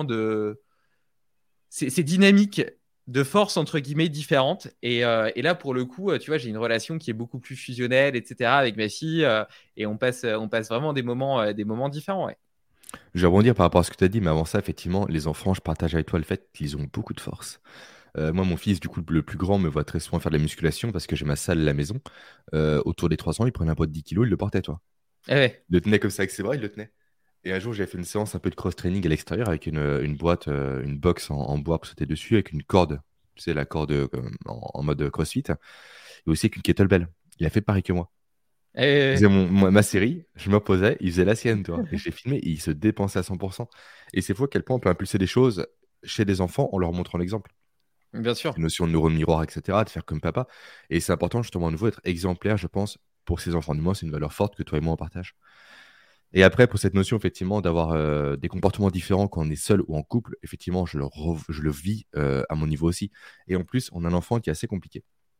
ces dynamiques de force, entre guillemets, différentes. Et là, pour le coup, tu vois, j'ai une relation qui est beaucoup plus fusionnelle, etc., avec ma fille. Et on passe vraiment des moments différents, ouais. Je vais rebondir par rapport à ce que tu as dit, mais avant ça, effectivement, les enfants, je partage avec toi le fait qu'ils ont beaucoup de force. Moi, mon fils, du coup, le plus grand, me voit très souvent faire de la musculation parce que j'ai ma salle à la maison. Autour des 3 ans, il prenait un poids de 10 kilos, il le portait, toi. Eh ouais. Il le tenait comme ça avec ses bras, il le tenait. Et un jour, j'ai fait une séance un peu de cross-training à l'extérieur avec une boîte, une box en bois pour sauter dessus, avec une corde, tu sais, la corde en mode CrossFit, et aussi avec une kettlebell. Il a fait pareil que moi. Il Eh faisait ma série, je me reposais, il faisait la sienne, tu vois. Et j'ai filmé, et il se dépensait à 100%. Et c'est fou à quel point on peut impulser des choses chez des enfants en leur montrant l'exemple. bien Cette sûr. notion de neurone miroir, etc., de faire comme papa. Et c'est important, justement, à nouveau, d'être exemplaire, je pense, pour ces enfants. Du moins, c'est une valeur forte que toi et moi, on partage. Et après, pour cette notion, effectivement, d'avoir des comportements différents quand on est seul ou en couple, effectivement, je le vis à mon niveau aussi. Et en plus, on a un enfant qui est assez compliqué.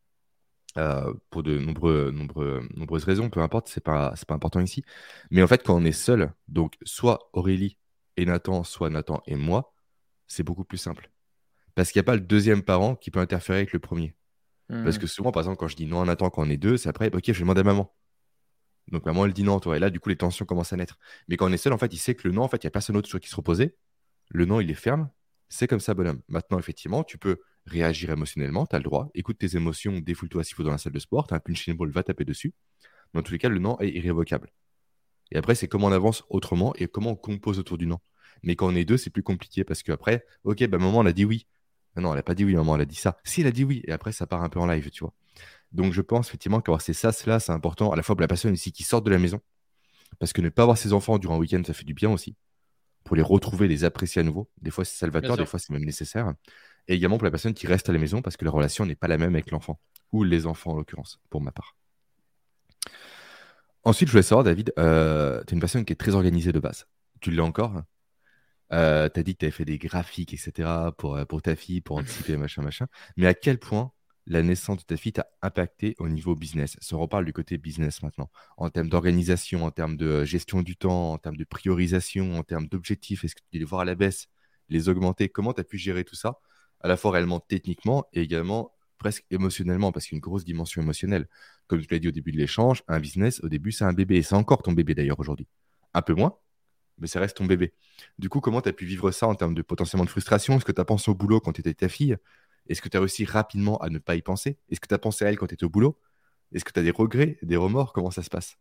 Pour de nombreuses raisons, peu importe, c'est pas important ici. Mais en fait, quand on est seul, donc soit Aurélie et Nathan, soit Nathan et moi, c'est beaucoup plus simple. Parce qu'il n'y a pas le deuxième parent qui peut interférer avec le premier. Parce Hmm. que souvent, par exemple, quand je dis non à Nathan quand on est deux, c'est après, ok, je vais demander à maman. Donc maman, elle dit non, toi. Et là, du coup, les tensions commencent à naître. Mais quand on est seul, en fait, il sait que le non, en fait, il n'y a personne d'autre sur qui se reposer. Le non, il est ferme. C'est comme ça, bonhomme. Maintenant, effectivement, tu peux réagir émotionnellement, tu as le droit. Écoute tes émotions, défoule-toi s'il faut dans la salle de sport. Tu as un punching ball, va taper dessus. Dans tous les cas, le non est irrévocable. Et après, c'est comment on avance autrement et comment on compose autour du non. Mais quand on est deux, c'est plus compliqué parce qu'après, ok, bah, maman, elle a dit oui. Non, elle n'a pas dit oui, maman, elle a dit ça. Si, elle a dit oui. Et après, ça part un peu en live, tu vois. Donc, je pense effectivement qu'avoir ces sas-là, c'est important, à la fois pour la personne ici qui sort de la maison, parce que ne pas avoir ses enfants durant un week-end, ça fait du bien aussi, pour les retrouver, les apprécier à nouveau. Des fois, c'est Bien salvateur, des sûr. fois, c'est même nécessaire. Et également pour la personne qui reste à la maison, parce que la relation n'est pas la même avec l'enfant, ou les enfants en l'occurrence, pour ma part. Ensuite, je voulais savoir, David, tu es une personne qui est très organisée de base. Tu l'es encore? Tu as dit que tu avais fait des graphiques, etc., pour ta fille, pour anticiper, machin, machin. Mais à quel point la naissance de ta fille t'a impacté au niveau business? Si on reparle du côté business maintenant, en termes d'organisation, en termes de gestion du temps, en termes de priorisation, en termes d'objectifs, est-ce que tu les voir à la baisse, les augmenter? Comment tu as pu gérer tout ça, à la fois réellement techniquement et également presque émotionnellement, parce qu'il y a une grosse dimension émotionnelle. Comme tu l'as dit au début de l'échange, un business, au début, c'est un bébé. Et c'est encore ton bébé d'ailleurs aujourd'hui. Un peu moins, mais ça reste ton bébé. Du coup, comment tu as pu vivre ça en termes de potentiellement de frustration? Est-ce que tu as pensé au boulot quand tu étais avec ta fille? Est-ce que tu as réussi rapidement à ne pas y penser? Est-ce que tu as pensé à elle quand tu étais au boulot? Est-ce que tu as des regrets, des remords? Comment ça se passe?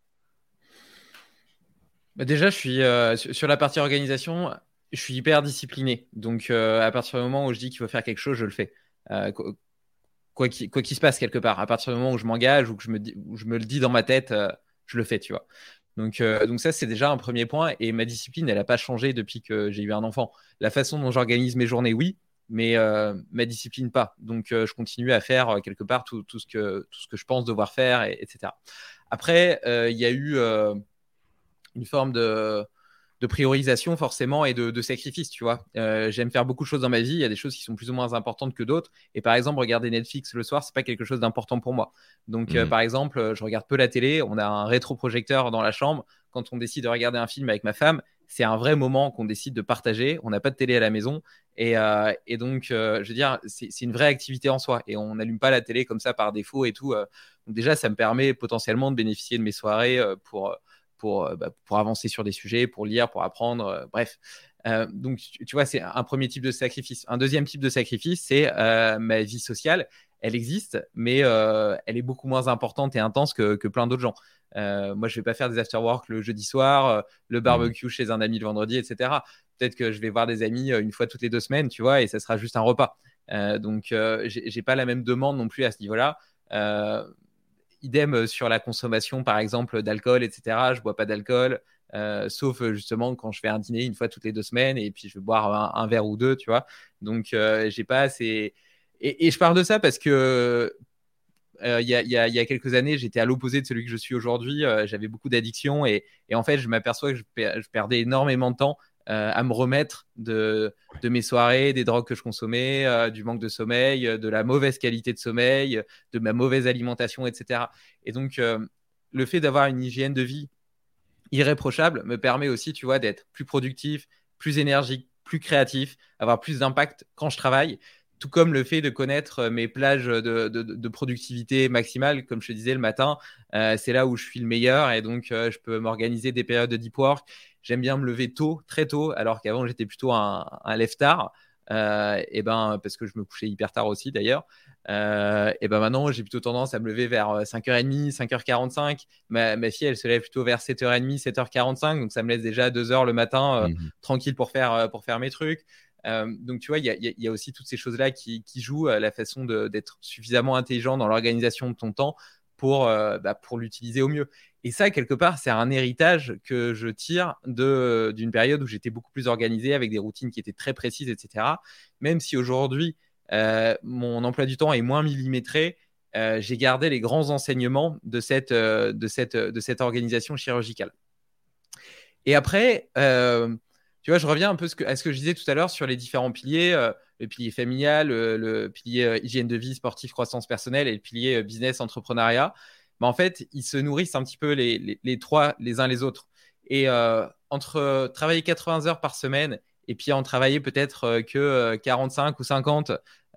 Déjà, je suis sur la partie organisation, je suis hyper discipliné. Donc, à partir du moment où je dis qu'il faut faire quelque chose, je le fais. Quoi qu'il se passe quelque part. À partir du moment où je m'engage ou que où je me le dis dans ma tête, je le fais, tu vois. Donc ça, c'est déjà un premier point. Et ma discipline, elle n'a pas changé depuis que j'ai eu un enfant. La façon dont j'organise mes journées, oui, mais ma discipline, pas. Donc je continue à faire quelque part tout ce que je pense devoir faire, etc. Après, il y a eu une forme de priorisation forcément et de sacrifice, tu vois. J'aime faire beaucoup de choses dans ma vie, il y a des choses qui sont plus ou moins importantes que d'autres. Et par exemple, regarder Netflix le soir, c'est pas quelque chose d'important pour moi. Donc, Mhm. par exemple, je regarde peu la télé, on a un rétroprojecteur dans la chambre. Quand on décide de regarder un film avec ma femme, c'est un vrai moment qu'on décide de partager. On n'a pas de télé à la maison. Et donc, je veux dire, c'est une vraie activité en soi. Et on n'allume pas la télé comme ça par défaut et tout. Donc déjà, ça me permet potentiellement de bénéficier de mes soirées pour avancer sur des sujets, pour lire, pour apprendre. Bref. Donc, tu vois, c'est un premier type de sacrifice. Un deuxième type de sacrifice, c'est ma vie sociale. Elle existe, mais elle est beaucoup moins importante et intense que plein d'autres gens. Moi, je vais pas faire des after-work le jeudi soir, le barbecue chez un ami le vendredi, etc. Peut-être que je vais voir des amis une fois toutes les 2 semaines, tu vois, et ça sera juste un repas. Donc, j'ai pas la même demande non plus à ce niveau-là. Idem sur la consommation, par exemple, d'alcool, etc. Je bois pas d'alcool. Sauf justement quand je fais un dîner une fois toutes les 2 semaines et puis je vais boire un verre ou deux, tu vois. Donc, j'ai pas assez. Et je parle de ça parce que il y a quelques années, j'étais à l'opposé de celui que je suis aujourd'hui. J'avais beaucoup d'addictions et en fait, je m'aperçois que je perdais énormément de temps à me remettre de mes soirées, des drogues que je consommais, du manque de sommeil, de la mauvaise qualité de sommeil, de ma mauvaise alimentation, etc. Et donc, le fait d'avoir une hygiène de vie irréprochable me permet aussi, tu vois, d'être plus productif, plus énergique, plus créatif, avoir plus d'impact quand je travaille. Tout comme le fait de connaître mes plages de productivité maximale, comme je te disais le matin, c'est là où je suis le meilleur et donc je peux m'organiser des périodes de deep work. J'aime bien me lever tôt, très tôt, alors qu'avant j'étais plutôt un lève tard, et ben parce que je me couchais hyper tard aussi d'ailleurs. Et ben maintenant j'ai plutôt tendance à me lever vers 5h30, 5h45. Ma fille elle se lève plutôt vers 7h30, 7h45, donc ça me laisse déjà 2 heures le matin tranquille pour faire mes trucs. Donc tu vois, il y a aussi toutes ces choses-là qui jouent la façon d'être suffisamment intelligent dans l'organisation de ton temps pour l'utiliser au mieux. Et ça, quelque part, c'est un héritage que je tire d'une période où j'étais beaucoup plus organisé avec des routines qui étaient très précises, etc. Même si aujourd'hui, mon emploi du temps est moins millimétré, j'ai gardé les grands enseignements de cette organisation chirurgicale. Et après, tu vois, je reviens un peu à ce que je disais tout à l'heure sur les différents piliers, le pilier familial, le pilier hygiène de vie, sportif, croissance personnelle et le pilier business, entrepreneuriat. En fait, ils se nourrissent un petit peu les trois les uns les autres. Et entre travailler 80 heures par semaine et puis en travailler peut-être que 45 ou 50,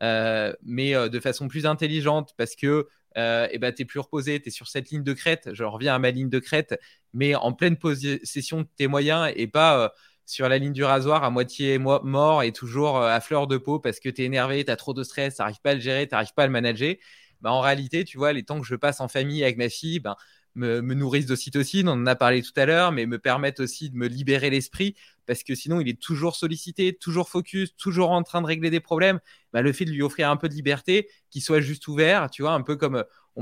mais de façon plus intelligente parce que et ben, tu es plus reposé, tu es sur cette ligne de crête. Je reviens à ma ligne de crête, mais en pleine possession de tes moyens et pas sur la ligne du rasoir à moitié mort et toujours à fleur de peau parce que tu es énervé, tu as trop de stress, tu n'arrives pas à le gérer, tu n'arrives pas à le manager. Ben, en réalité, tu vois, les temps que je passe en famille avec ma fille, ben, me nourrissent d'ocytocine, on en a parlé tout à l'heure, mais me permettent aussi de me libérer l'esprit parce que sinon, il est toujours sollicité, toujours focus, toujours en train de régler des problèmes. Ben, le fait de lui offrir un peu de liberté, qu'il soit juste ouvert, tu vois, un peu comme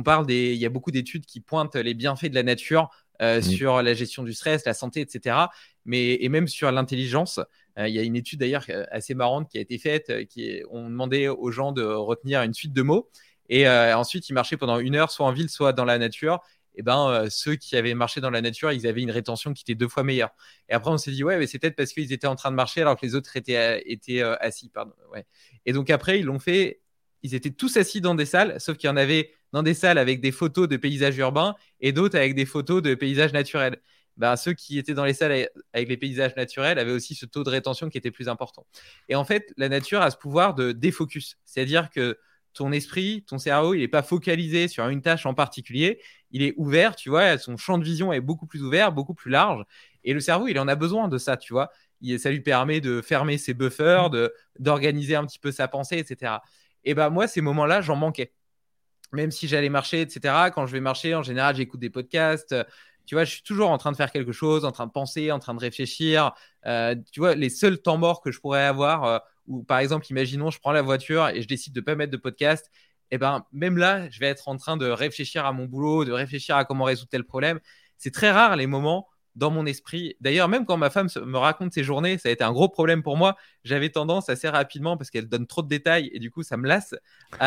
il y a beaucoup d'études qui pointent les bienfaits de la nature sur la gestion du stress, la santé, etc. Et même sur l'intelligence. Il y a une étude d'ailleurs assez marrante qui a été faite, on demandait aux gens de retenir une suite de mots. Et ensuite, ils marchaient pendant 1 heure, soit en ville, soit dans la nature. Et ben, ceux qui avaient marché dans la nature, ils avaient une rétention qui était 2 fois meilleure. Et après, on s'est dit, ouais, mais c'est peut-être parce qu'ils étaient en train de marcher alors que les autres étaient assis. Pardon, ouais. Et donc après, ils l'ont fait. Ils étaient tous assis dans des salles, sauf qu'il y en avait dans des salles avec des photos de paysages urbains et d'autres avec des photos de paysages naturels. Ben, ceux qui étaient dans les salles avec les paysages naturels avaient aussi ce taux de rétention qui était plus important. Et en fait, la nature a ce pouvoir de défocus. C'est-à-dire que ton esprit, ton cerveau, il n'est pas focalisé sur une tâche en particulier. Il est ouvert, tu vois, son champ de vision est beaucoup plus ouvert, beaucoup plus large. Et le cerveau, il en a besoin de ça, tu vois. Ça lui permet de fermer ses buffers, d'organiser un petit peu sa pensée, etc. Et ben moi, ces moments-là, j'en manquais. Même si j'allais marcher, etc. Quand je vais marcher, en général, j'écoute des podcasts. Tu vois, je suis toujours en train de faire quelque chose, en train de penser, en train de réfléchir. Tu vois, les seuls temps morts que je pourrais avoir, ou par exemple, imaginons, je prends la voiture et je décide de ne pas mettre de podcast, et ben même là, je vais être en train de réfléchir à mon boulot, de réfléchir à comment résoudre tel problème. C'est très rare les moments dans mon esprit. D'ailleurs, même quand ma femme me raconte ses journées, ça a été un gros problème pour moi. J'avais tendance assez rapidement, parce qu'elle donne trop de détails et du coup, ça me lasse,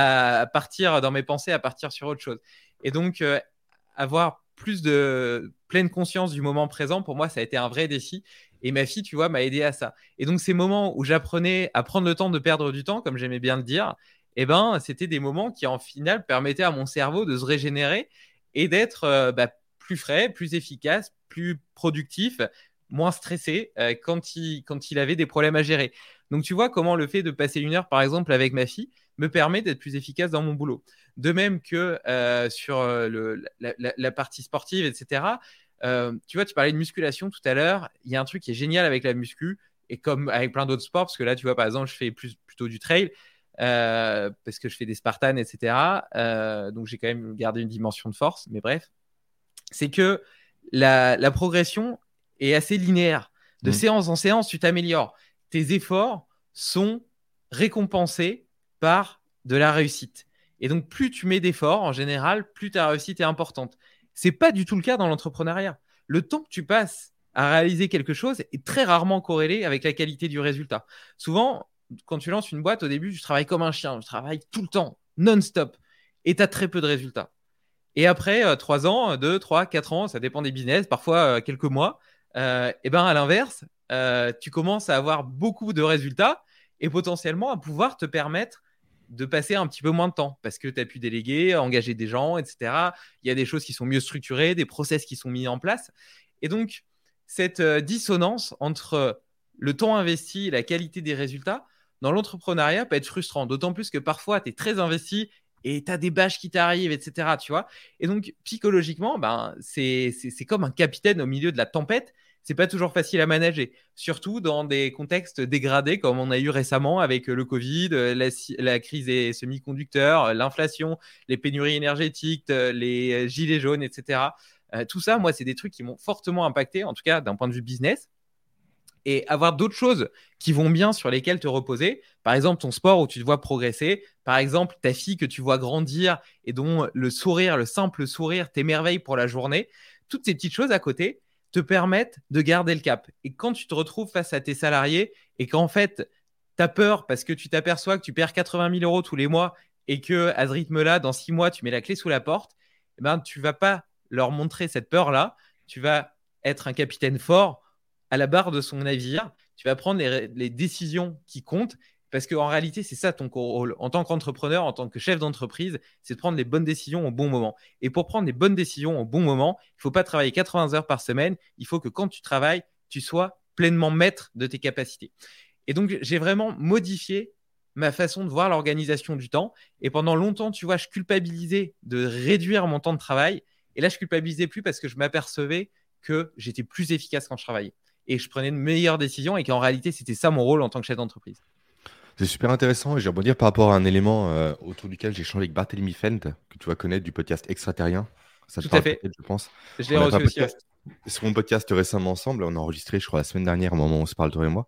à partir dans mes pensées, à partir sur autre chose. Et donc, avoir plus de pleine conscience du moment présent, pour moi, ça a été un vrai défi. Et ma fille, tu vois, m'a aidé à ça. Et donc, ces moments où j'apprenais à prendre le temps de perdre du temps, comme j'aimais bien le dire, eh ben, c'était des moments qui, en final, permettaient à mon cerveau de se régénérer et d'être plus frais, plus efficace, plus productif, moins stressé quand il avait des problèmes à gérer. Donc, tu vois comment le fait de passer 1 heure, par exemple, avec ma fille, me permet d'être plus efficace dans mon boulot. De même que sur la partie sportive, etc. Tu vois, tu parlais de musculation tout à l'heure. Il y a un truc qui est génial avec la muscu, et comme avec plein d'autres sports, parce que là, tu vois, par exemple, je fais plutôt du trail, parce que je fais des Spartans, etc. Donc, j'ai quand même gardé une dimension de force, mais bref. C'est que la progression est assez linéaire. De Mm. séance en séance, tu t'améliores. Tes efforts sont récompensés par de la réussite. Et donc, plus tu mets d'efforts, en général, plus ta réussite est importante. C'est pas du tout le cas dans l'entrepreneuriat. Le temps que tu passes à réaliser quelque chose est très rarement corrélé avec la qualité du résultat. Souvent, quand tu lances une boîte, au début, tu travailles comme un chien, tu travailles tout le temps, non-stop, et tu as très peu de résultats. Et après 3 ans, 2, 3, 4 ans, ça dépend des business, parfois quelques mois, et ben à l'inverse, tu commences à avoir beaucoup de résultats et potentiellement à pouvoir te permettre de passer un petit peu moins de temps parce que tu as pu déléguer, engager des gens, etc. Il y a des choses qui sont mieux structurées, des process qui sont mis en place. Et donc, cette dissonance entre le temps investi et la qualité des résultats dans l'entrepreneuriat peut être frustrant, d'autant plus que parfois tu es très investi et tu as des bâches qui t'arrivent, etc. Tu vois. Et donc, psychologiquement, ben, c'est comme un capitaine au milieu de la tempête. C'est pas toujours facile à manager, surtout dans des contextes dégradés comme on a eu récemment avec le Covid, la crise des semi-conducteurs, l'inflation, les pénuries énergétiques, les gilets jaunes, etc. Tout ça, moi, c'est des trucs qui m'ont fortement impacté, en tout cas d'un point de vue business, et avoir d'autres choses qui vont bien sur lesquelles te reposer. Par exemple, ton sport où tu te vois progresser. Par exemple, ta fille que tu vois grandir et dont le sourire, le simple sourire t'émerveille pour la journée. Toutes ces petites choses à côté te permettent de garder le cap. Et quand tu te retrouves face à tes salariés et qu'en fait, tu as peur parce que tu t'aperçois que tu perds 80 000 euros tous les mois et que à ce rythme-là, dans 6 mois, tu mets la clé sous la porte, eh ben, tu vas pas leur montrer cette peur-là. Tu vas être un capitaine fort à la barre de son navire, tu vas prendre les décisions qui comptent, parce qu'en réalité, c'est ça ton rôle. En tant qu'entrepreneur, en tant que chef d'entreprise, c'est de prendre les bonnes décisions au bon moment. Et pour prendre les bonnes décisions au bon moment, il ne faut pas travailler 80 heures par semaine, il faut que quand tu travailles, tu sois pleinement maître de tes capacités. Et donc, j'ai vraiment modifié ma façon de voir l'organisation du temps. Et pendant longtemps, tu vois, je culpabilisais de réduire mon temps de travail. Et là, je culpabilisais plus parce que je m'apercevais que j'étais plus efficace quand je travaillais et je prenais de meilleures décisions et qu'en réalité, c'était ça mon rôle en tant que chef d'entreprise. C'est super intéressant et je vais rebondir par rapport à un élément autour duquel j'ai échangé avec Barthélemy Fent, que tu vas connaître du podcast Extraterrien. Ça te Tout à parle fait. peut-être, je pense. Je l'ai On a fait un reçu aussi. Ouais. podcast sur mon podcast récemment ensemble. On a enregistré, je crois, la semaine dernière, au moment où on se parle, toi et moi.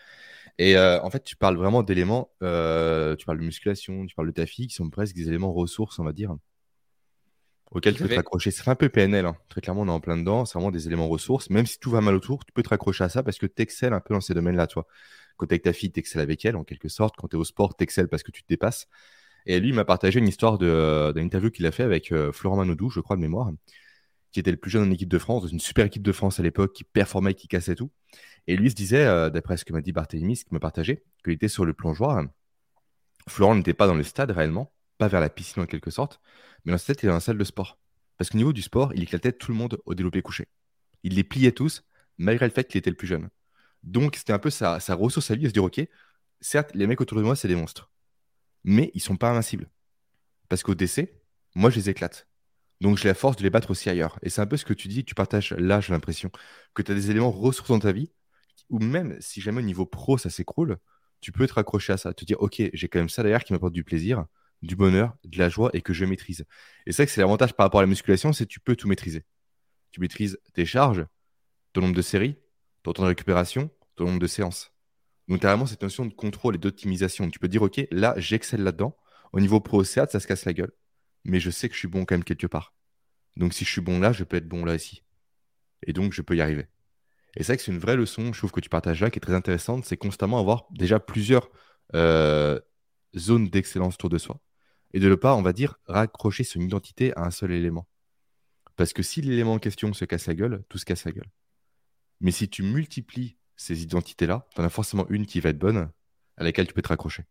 Et en fait, tu parles vraiment d'éléments. Tu parles de musculation, tu parles de ta fille, qui sont presque des éléments ressources, on va dire, auxquels Tout tu à peux te fait. raccrocher. Ça fait un peu PNL, hein. Très clairement, on est en plein dedans. C'est vraiment des éléments ressources. Même si tout va mal autour, tu peux te raccrocher à ça parce que tu excelles un peu dans ces domaines-là, toi. Quand tu es avec ta fille, tu excelles avec elle, en quelque sorte. Quand tu es au sport, tu excelles parce que tu te dépasses. Et lui, il m'a partagé une histoire d'une interview qu'il a fait avec Florent Manodou, je crois, de mémoire, qui était le plus jeune en équipe de France, dans une super équipe de France à l'époque, qui performait, qui cassait tout. Et lui se disait, d'après ce que m'a dit Barthélémy, ce qu'il m'a partagé, qu'il était sur le plongeoir. Florent n'était pas dans le stade réellement, pas vers la piscine en quelque sorte, mais dans sa tête, il était dans la salle de sport. Parce qu'au niveau du sport, il éclatait tout le monde au développé couché. Il les pliait tous, malgré le fait qu'il était le plus jeune. Donc, c'était un peu sa ressource à lui, à se dire, OK, certes, les mecs autour de moi, c'est des monstres, mais ils sont pas invincibles. Parce qu'au décès, moi, je les éclate. Donc, j'ai la force de les battre aussi ailleurs. Et c'est un peu ce que tu dis, tu partages là, j'ai l'impression, que tu as des éléments ressources dans ta vie, ou même si jamais au niveau pro, ça s'écroule, tu peux te raccrocher à ça, te dire, OK, j'ai quand même ça derrière qui m'apporte du plaisir, du bonheur, de la joie et que je maîtrise. Et c'est vrai que c'est l'avantage par rapport à la musculation, c'est que tu peux tout maîtriser. Tu maîtrises tes charges, ton nombre de séries, ton temps de récupération, ton nombre de séances. Donc, tu as vraiment cette notion de contrôle et d'optimisation. Tu peux dire, OK, là, j'excelle là-dedans. Au niveau pro, certes, ça se casse la gueule, mais je sais que je suis bon quand même quelque part. Donc, si je suis bon là, je peux être bon là aussi. Et donc, je peux y arriver. Et c'est vrai que c'est une vraie leçon, je trouve, que tu partages là, qui est très intéressante. C'est constamment avoir déjà plusieurs euh, zones d'excellence autour de soi. Et de ne pas, on va dire, raccrocher son identité à un seul élément. Parce que si l'élément en question se casse la gueule, tout se casse la gueule. Mais si tu multiplies ces identités-là, tu en as forcément une qui va être bonne, à laquelle tu peux te raccrocher.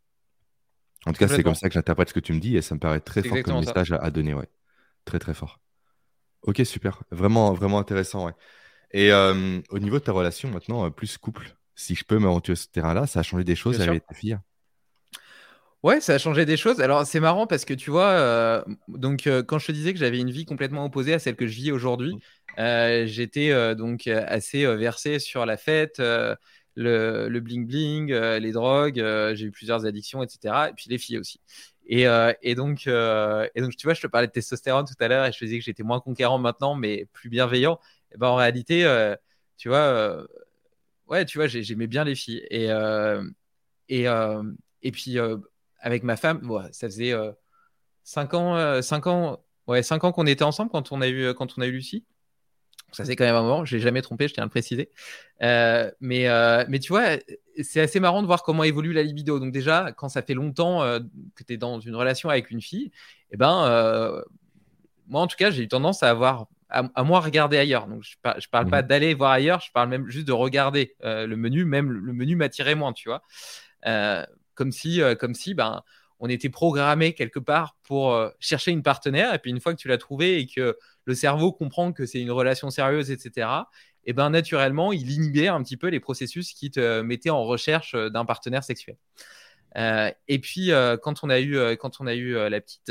En tout cas, c'est comme Complètement. ça que j'interprète ce que tu me dis et ça me paraît très C'est fort comme exactement ça. message à donner. Ouais. Très, très fort. Ok, super. Vraiment, vraiment intéressant. Ouais. Et au niveau de ta relation maintenant, plus couple, si je peux m'aventurer sur ce terrain-là, ça a changé des Bien choses sûr. avec ta fille? Ouais, ça a changé des choses. Alors, c'est marrant parce que tu vois, quand je te disais que j'avais une vie complètement opposée à celle que je vis aujourd'hui, Mmh. j'étais assez versé sur la fête, le bling-bling, les drogues, j'ai eu plusieurs addictions, etc. Et puis les filles aussi. Et donc, tu vois, je te parlais de testostérone tout à l'heure et je te disais que j'étais moins conquérant maintenant, mais plus bienveillant. Et ben, en réalité, tu vois, ouais, tu vois, j'aimais bien les filles. Et, euh, et puis, avec ma femme, ouais, ça faisait 5 ans, ouais, 5 ans qu'on était ensemble quand on a eu Lucie. Ça faisait quand même un moment. Je l'ai jamais trompé, je tiens à le préciser. Mais tu vois, c'est assez marrant de voir comment évolue la libido. Donc déjà, quand ça fait longtemps que tu es dans une relation avec une fille, eh ben, moi en tout cas, j'ai eu tendance à moins regarder ailleurs. Donc je parle pas Mmh. d'aller voir ailleurs, je parle même juste de regarder le menu. Même le menu m'attirait moins, tu vois. Euh, comme si ben, on était programmé quelque part pour chercher une partenaire. Et puis une fois que tu l'as trouvé et que le cerveau comprend que c'est une relation sérieuse, etc., et ben naturellement, il inhibait un petit peu les processus qui te mettaient en recherche d'un partenaire sexuel. Et puis quand on a eu la petite,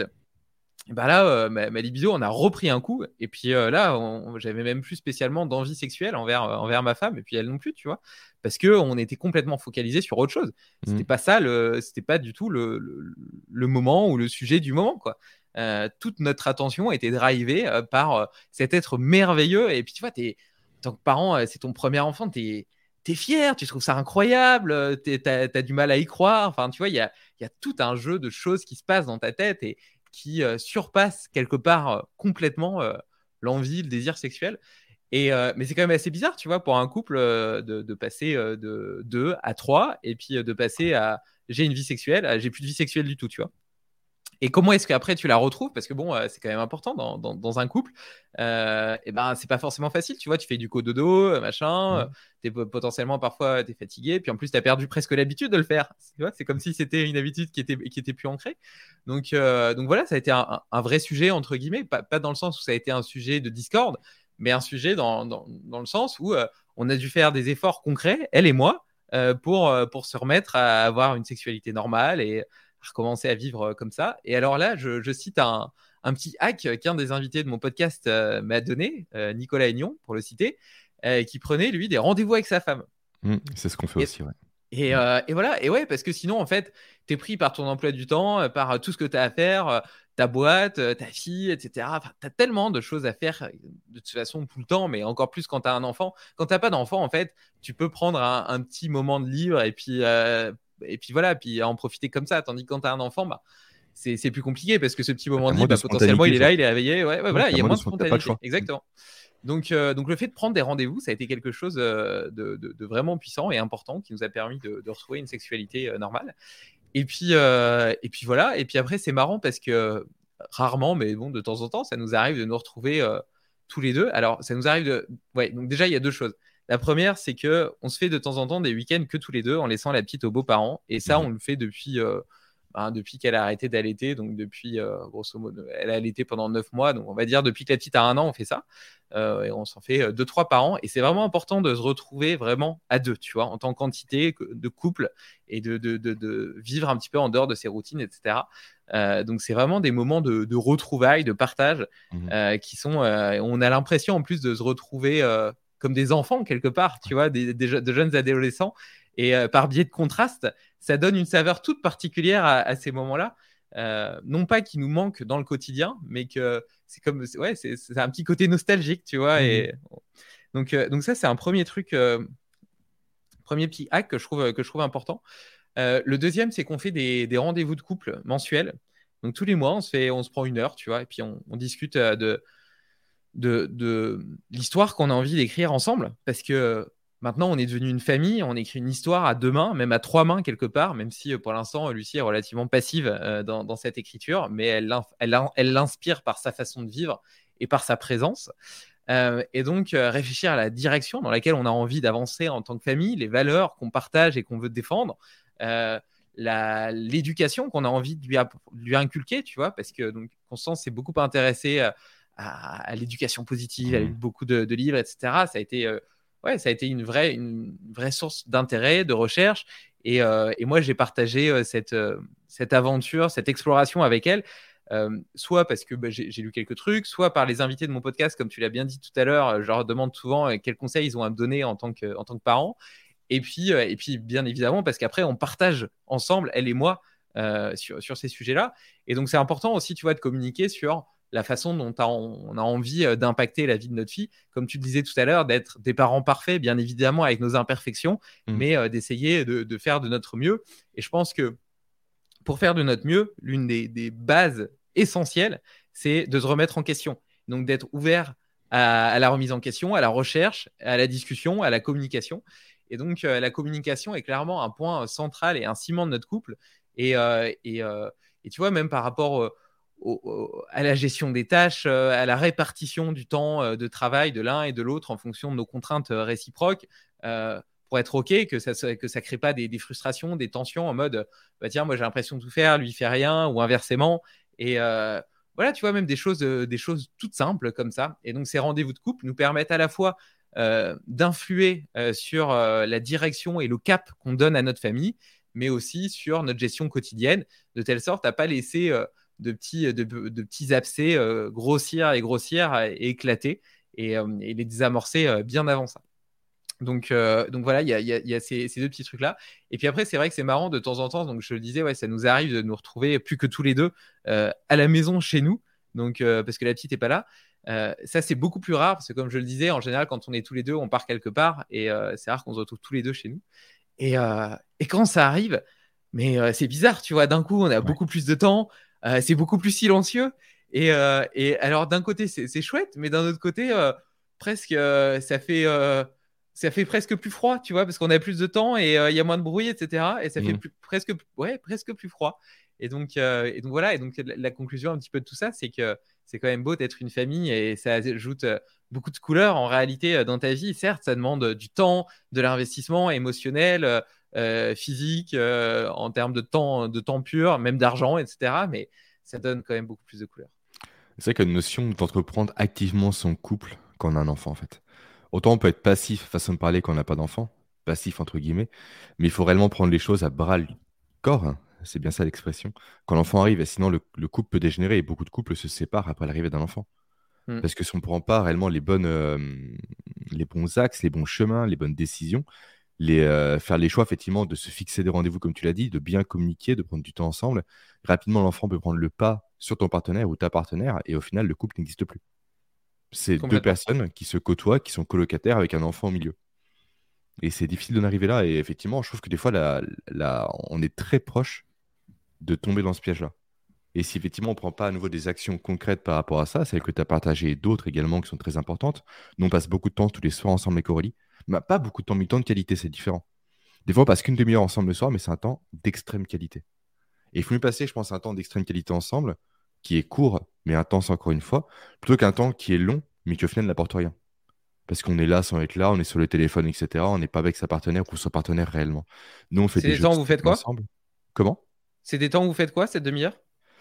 bah là, ma libido, on a repris un coup. Et puis là, j'avais même plus spécialement d'envie sexuelle envers ma femme, et puis elle non plus, tu vois, parce que on était complètement focalisé sur autre chose. Mmh. C'était pas du tout le moment ou le sujet du moment, quoi. Toute notre attention était drivée par cet être merveilleux. Et puis tu vois, en tant que parent, c'est ton premier enfant, t'es fier, tu trouves ça incroyable, t'as du mal à y croire. Enfin, tu vois, il y a tout un jeu de choses qui se passent dans ta tête et qui surpasse quelque part complètement l'envie, le désir sexuel. Mais c'est quand même assez bizarre, tu vois, pour un couple de passer de 2 à 3 et puis de passer à j'ai une vie sexuelle à j'ai plus de vie sexuelle du tout, tu vois. Et comment est-ce qu'après tu la retrouves? Parce que bon, c'est quand même important dans un couple. Et ben, c'est pas forcément facile, tu vois. Tu fais du cododo, machin. Mmh. Potentiellement parfois t'es fatigué, puis en plus t'as perdu presque l'habitude de le faire. Tu vois, c'est comme si c'était une habitude qui était plus ancrée. Donc voilà, ça a été un vrai sujet entre guillemets, pas dans le sens où ça a été un sujet de discorde, mais un sujet dans le sens où on a dû faire des efforts concrets, elle et moi, pour se remettre à avoir une sexualité normale et recommencer à vivre comme ça. Et alors là, je cite un petit hack qu'un des invités de mon podcast m'a donné, Nicolas Aignon, pour le citer, qui prenait, lui, des rendez-vous avec sa femme. Mmh. C'est ce qu'on fait Et, aussi, ouais. et, Mmh. et voilà, et ouais, parce que sinon, en fait, t'es pris par ton emploi du temps, par tout ce que tu as à faire, ta boîte, ta fille, etc. Enfin, tu as tellement de choses à faire de toute façon tout le temps, mais encore plus quand tu as un enfant. Quand tu n'as pas d'enfant, en fait, tu peux prendre un petit moment de libre et puis voilà, puis en profiter comme ça. Tandis que quand tu as un enfant, bah, c'est plus compliqué parce que ce petit Bah, moment tu de moins libre, de bah, potentiellement, il spontanéité est là, il surtout. est réveillé. Ouais, ouais, Ouais, voilà, tu il y a moins de moins de spon tu pas le spontanéité. choix. Mmh. Exactement. Donc le fait de prendre des rendez-vous, ça a été quelque chose de vraiment puissant et important qui nous a permis de retrouver une sexualité normale. Et puis voilà. Et puis après, c'est marrant parce que rarement, mais bon, de temps en temps, ça nous arrive de nous retrouver tous les deux. Alors, ça nous arrive de. Ouais, donc déjà, il y a deux choses. La première, c'est que on se fait de temps en temps des week-ends que tous les deux en laissant la petite aux beaux-parents. Et ça, Mmh. on le fait depuis qu'elle a arrêté d'allaiter. Donc, depuis, grosso modo, elle a allaité pendant 9 mois. Donc, on va dire depuis que la petite a 1 an, on fait ça. Et on s'en fait 2-3 par an. Et c'est vraiment important de se retrouver vraiment à deux, tu vois, en tant qu'entité de couple et de vivre un petit peu en dehors de ses routines, etc. Donc, c'est vraiment des moments de retrouvailles, de partage Mmh. qui sont. On a l'impression en plus de se retrouver comme des enfants quelque part, tu vois, de jeunes adolescents. Et par biais de contraste, ça donne une saveur toute particulière à ces moments-là. Non pas qui nous manque dans le quotidien, mais que c'est comme, ouais, c'est un petit côté nostalgique, tu vois. Mmh. Donc ça, c'est un premier truc, premier petit hack que je trouve important. Le deuxième, c'est qu'on fait des rendez-vous de couple mensuels. Donc tous les mois, on se prend 1 heure, tu vois, et puis on discute de l'histoire qu'on a envie d'écrire ensemble. Parce que maintenant, on est devenu une famille, on écrit une histoire à 2 mains, même à 3 mains quelque part, même si pour l'instant, Lucie est relativement passive dans cette écriture, mais elle l'inspire par sa façon de vivre et par sa présence. Et donc, réfléchir à la direction dans laquelle on a envie d'avancer en tant que famille, les valeurs qu'on partage et qu'on veut défendre, euh, l'éducation qu'on a envie de lui inculquer, tu vois, parce que donc, Constance s'est beaucoup intéressée à l'éducation positive, elle a lu Mhm. beaucoup de livres, etc. Ça a été une vraie source d'intérêt, de recherche. Et moi, j'ai partagé cette aventure, cette exploration avec elle, soit parce que j'ai lu quelques trucs, soit par les invités de mon podcast, comme tu l'as bien dit tout à l'heure, je leur demande souvent quels conseils ils ont à me donner en tant que parents. Et puis, bien évidemment, parce qu'après, on partage ensemble, elle et moi, sur ces sujets-là. Et donc, c'est important aussi, tu vois, de communiquer sur la façon dont on a envie d'impacter la vie de notre fille. Comme tu le disais tout à l'heure, d'être des parents parfaits, bien évidemment, avec nos imperfections, Mhm. mais d'essayer de faire de notre mieux. Et je pense que pour faire de notre mieux, l'une des bases essentielles, c'est de se remettre en question. Donc, d'être ouvert à la remise en question, à la recherche, à la discussion, à la communication. Et donc, la communication est clairement un point central et un ciment de notre couple. Et tu vois, même par rapport à la gestion des tâches, à la répartition du temps de travail de l'un et de l'autre en fonction de nos contraintes réciproques, pour être OK, que ça ne crée pas des frustrations, des tensions en mode bah tiens, moi j'ai l'impression de tout faire, lui il fait rien, ou inversement. Et voilà, tu vois, même des choses toutes simples comme ça. Et donc, ces rendez-vous de couple nous permettent à la fois d'influer sur la direction et le cap qu'on donne à notre famille, mais aussi sur notre gestion quotidienne, de telle sorte à pas laisser de petits abcès grossir et éclater, et les désamorcer bien avant ça. Donc voilà, il y a ces deux petits trucs-là. Et puis après, c'est vrai que c'est marrant de temps en temps. Donc je le disais, ouais, ça nous arrive de nous retrouver plus que tous les deux à la maison chez nous. Donc parce que la petite est pas là. Ça, c'est beaucoup plus rare parce que comme je le disais, en général, quand on est tous les deux, on part quelque part et c'est rare qu'on se retrouve tous les deux chez nous. Et quand ça arrive, mais c'est bizarre, tu vois. D'un coup, on a Ouais. beaucoup plus de temps, c'est beaucoup plus silencieux. Et alors, d'un côté, c'est chouette, mais d'un autre côté, presque, ça fait presque plus froid, tu vois, parce qu'on a plus de temps et il y a moins de bruit, etc. Et ça fait Mhm. presque plus froid. Et donc voilà. Et donc, la conclusion un petit peu de tout ça, c'est que c'est quand même beau d'être une famille et ça ajoute beaucoup de couleurs en réalité dans ta vie. Certes, ça demande du temps, de l'investissement émotionnel, physique, en termes de temps pur, même d'argent, etc. Mais ça donne quand même beaucoup plus de couleurs. C'est vrai qu'il y a une notion d'entreprendre activement son couple quand on a un enfant, en fait. Autant on peut être passif, façon de parler, quand on n'a pas d'enfant, passif entre guillemets, mais il faut réellement prendre les choses à bras le corps, hein, c'est bien ça l'expression, quand l'enfant arrive, et sinon le couple peut dégénérer, et beaucoup de couples se séparent après l'arrivée d'un enfant. Mm. Parce que si on ne prend pas réellement les bons axes, les bons chemins, les bonnes décisions, faire les choix effectivement de se fixer des rendez-vous comme tu l'as dit, de bien communiquer, de prendre du temps ensemble, rapidement l'enfant peut prendre le pas sur ton partenaire ou ta partenaire, et au final le couple n'existe plus. C'est deux Complètement. personnes qui se côtoient, qui sont colocataires avec un enfant au milieu. Et c'est difficile d'en arriver là. Et effectivement, je trouve que des fois, on est très proche de tomber dans ce piège-là. Et si effectivement on ne prend pas à nouveau des actions concrètes par rapport à ça, celles que tu as partagées et d'autres également qui sont très importantes, nous on passe beaucoup de temps tous les soirs ensemble avec Aurélie, mais pas beaucoup de temps, mais temps de qualité, c'est différent. Des fois on passe qu'une demi-heure ensemble le soir, mais c'est un temps d'extrême qualité. Et il faut mieux passer, je pense, un temps d'extrême qualité ensemble, qui est court, mais intense encore une fois, plutôt qu'un temps qui est long, mais qui au final n'apporte rien. Parce qu'on est là sans être là, on est sur le téléphone, etc. On n'est pas avec sa partenaire ou son partenaire réellement. Nous, on fait C'est des des jeux de temps où vous faites société quoi? ensemble. Comment? C'est des temps où vous faites quoi cette demi-heure?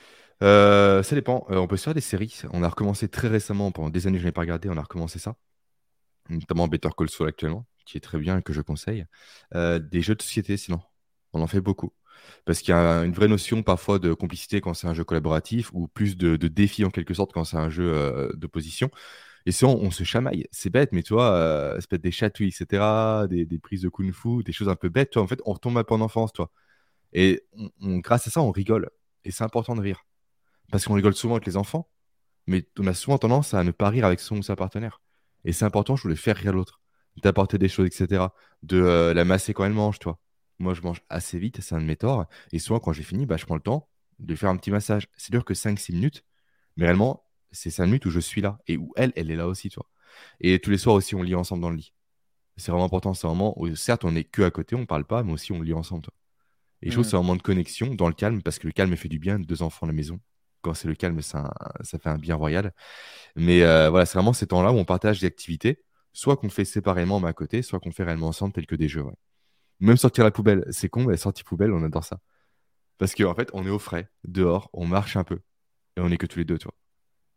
Ça dépend. On peut se faire des séries. On a recommencé très récemment, pendant des années, je n'ai pas regardé, on a recommencé ça. Notamment Better Call Saul actuellement, qui est très bien et que je conseille. Des jeux de société, sinon. On en fait beaucoup. Parce qu'il y a une vraie notion parfois de complicité quand c'est un jeu collaboratif ou plus de défi en quelque sorte quand c'est un jeu d'opposition. Et sinon, on se chamaille. C'est bête, mais tu vois, ça peut être des chatouilles, etc., des prises de kung-fu, des choses un peu bêtes. Tu vois, en fait, on retombe un peu en enfance, toi. Et grâce à ça, on rigole. Et c'est important de rire. Parce qu'on rigole souvent avec les enfants, mais on a souvent tendance à ne pas rire avec son ou sa partenaire. Et c'est important, je voulais faire rire l'autre, d'apporter des choses, etc. De la masser quand elle mange, toi. Moi, je mange assez vite, c'est un de mes torts. Et souvent, quand j'ai fini, bah, je prends le temps de faire un petit massage. C'est dur que 5 6 minutes, mais réellement, c'est 5 minutes où je suis là et où elle est là aussi, tu vois. Et tous les soirs aussi, on lit ensemble dans le lit. C'est vraiment important, c'est un moment où, certes, on n'est que à côté, on parle pas, mais aussi on lit ensemble, toi. Et je trouve que Mm. c'est un moment de connexion dans le calme, parce que le calme fait du bien, deux enfants à la maison. Quand c'est le calme, ça fait un bien royal. Mais voilà, c'est vraiment ces temps-là où on partage des activités, soit qu'on fait séparément, mais à côté, soit qu'on fait réellement ensemble, tels que des jeux. Ouais. Même sortir la poubelle, c'est con, mais sortie poubelle, on adore ça. Parce qu'en fait, on est au frais, dehors, on marche un peu, et on est que tous les deux, toi.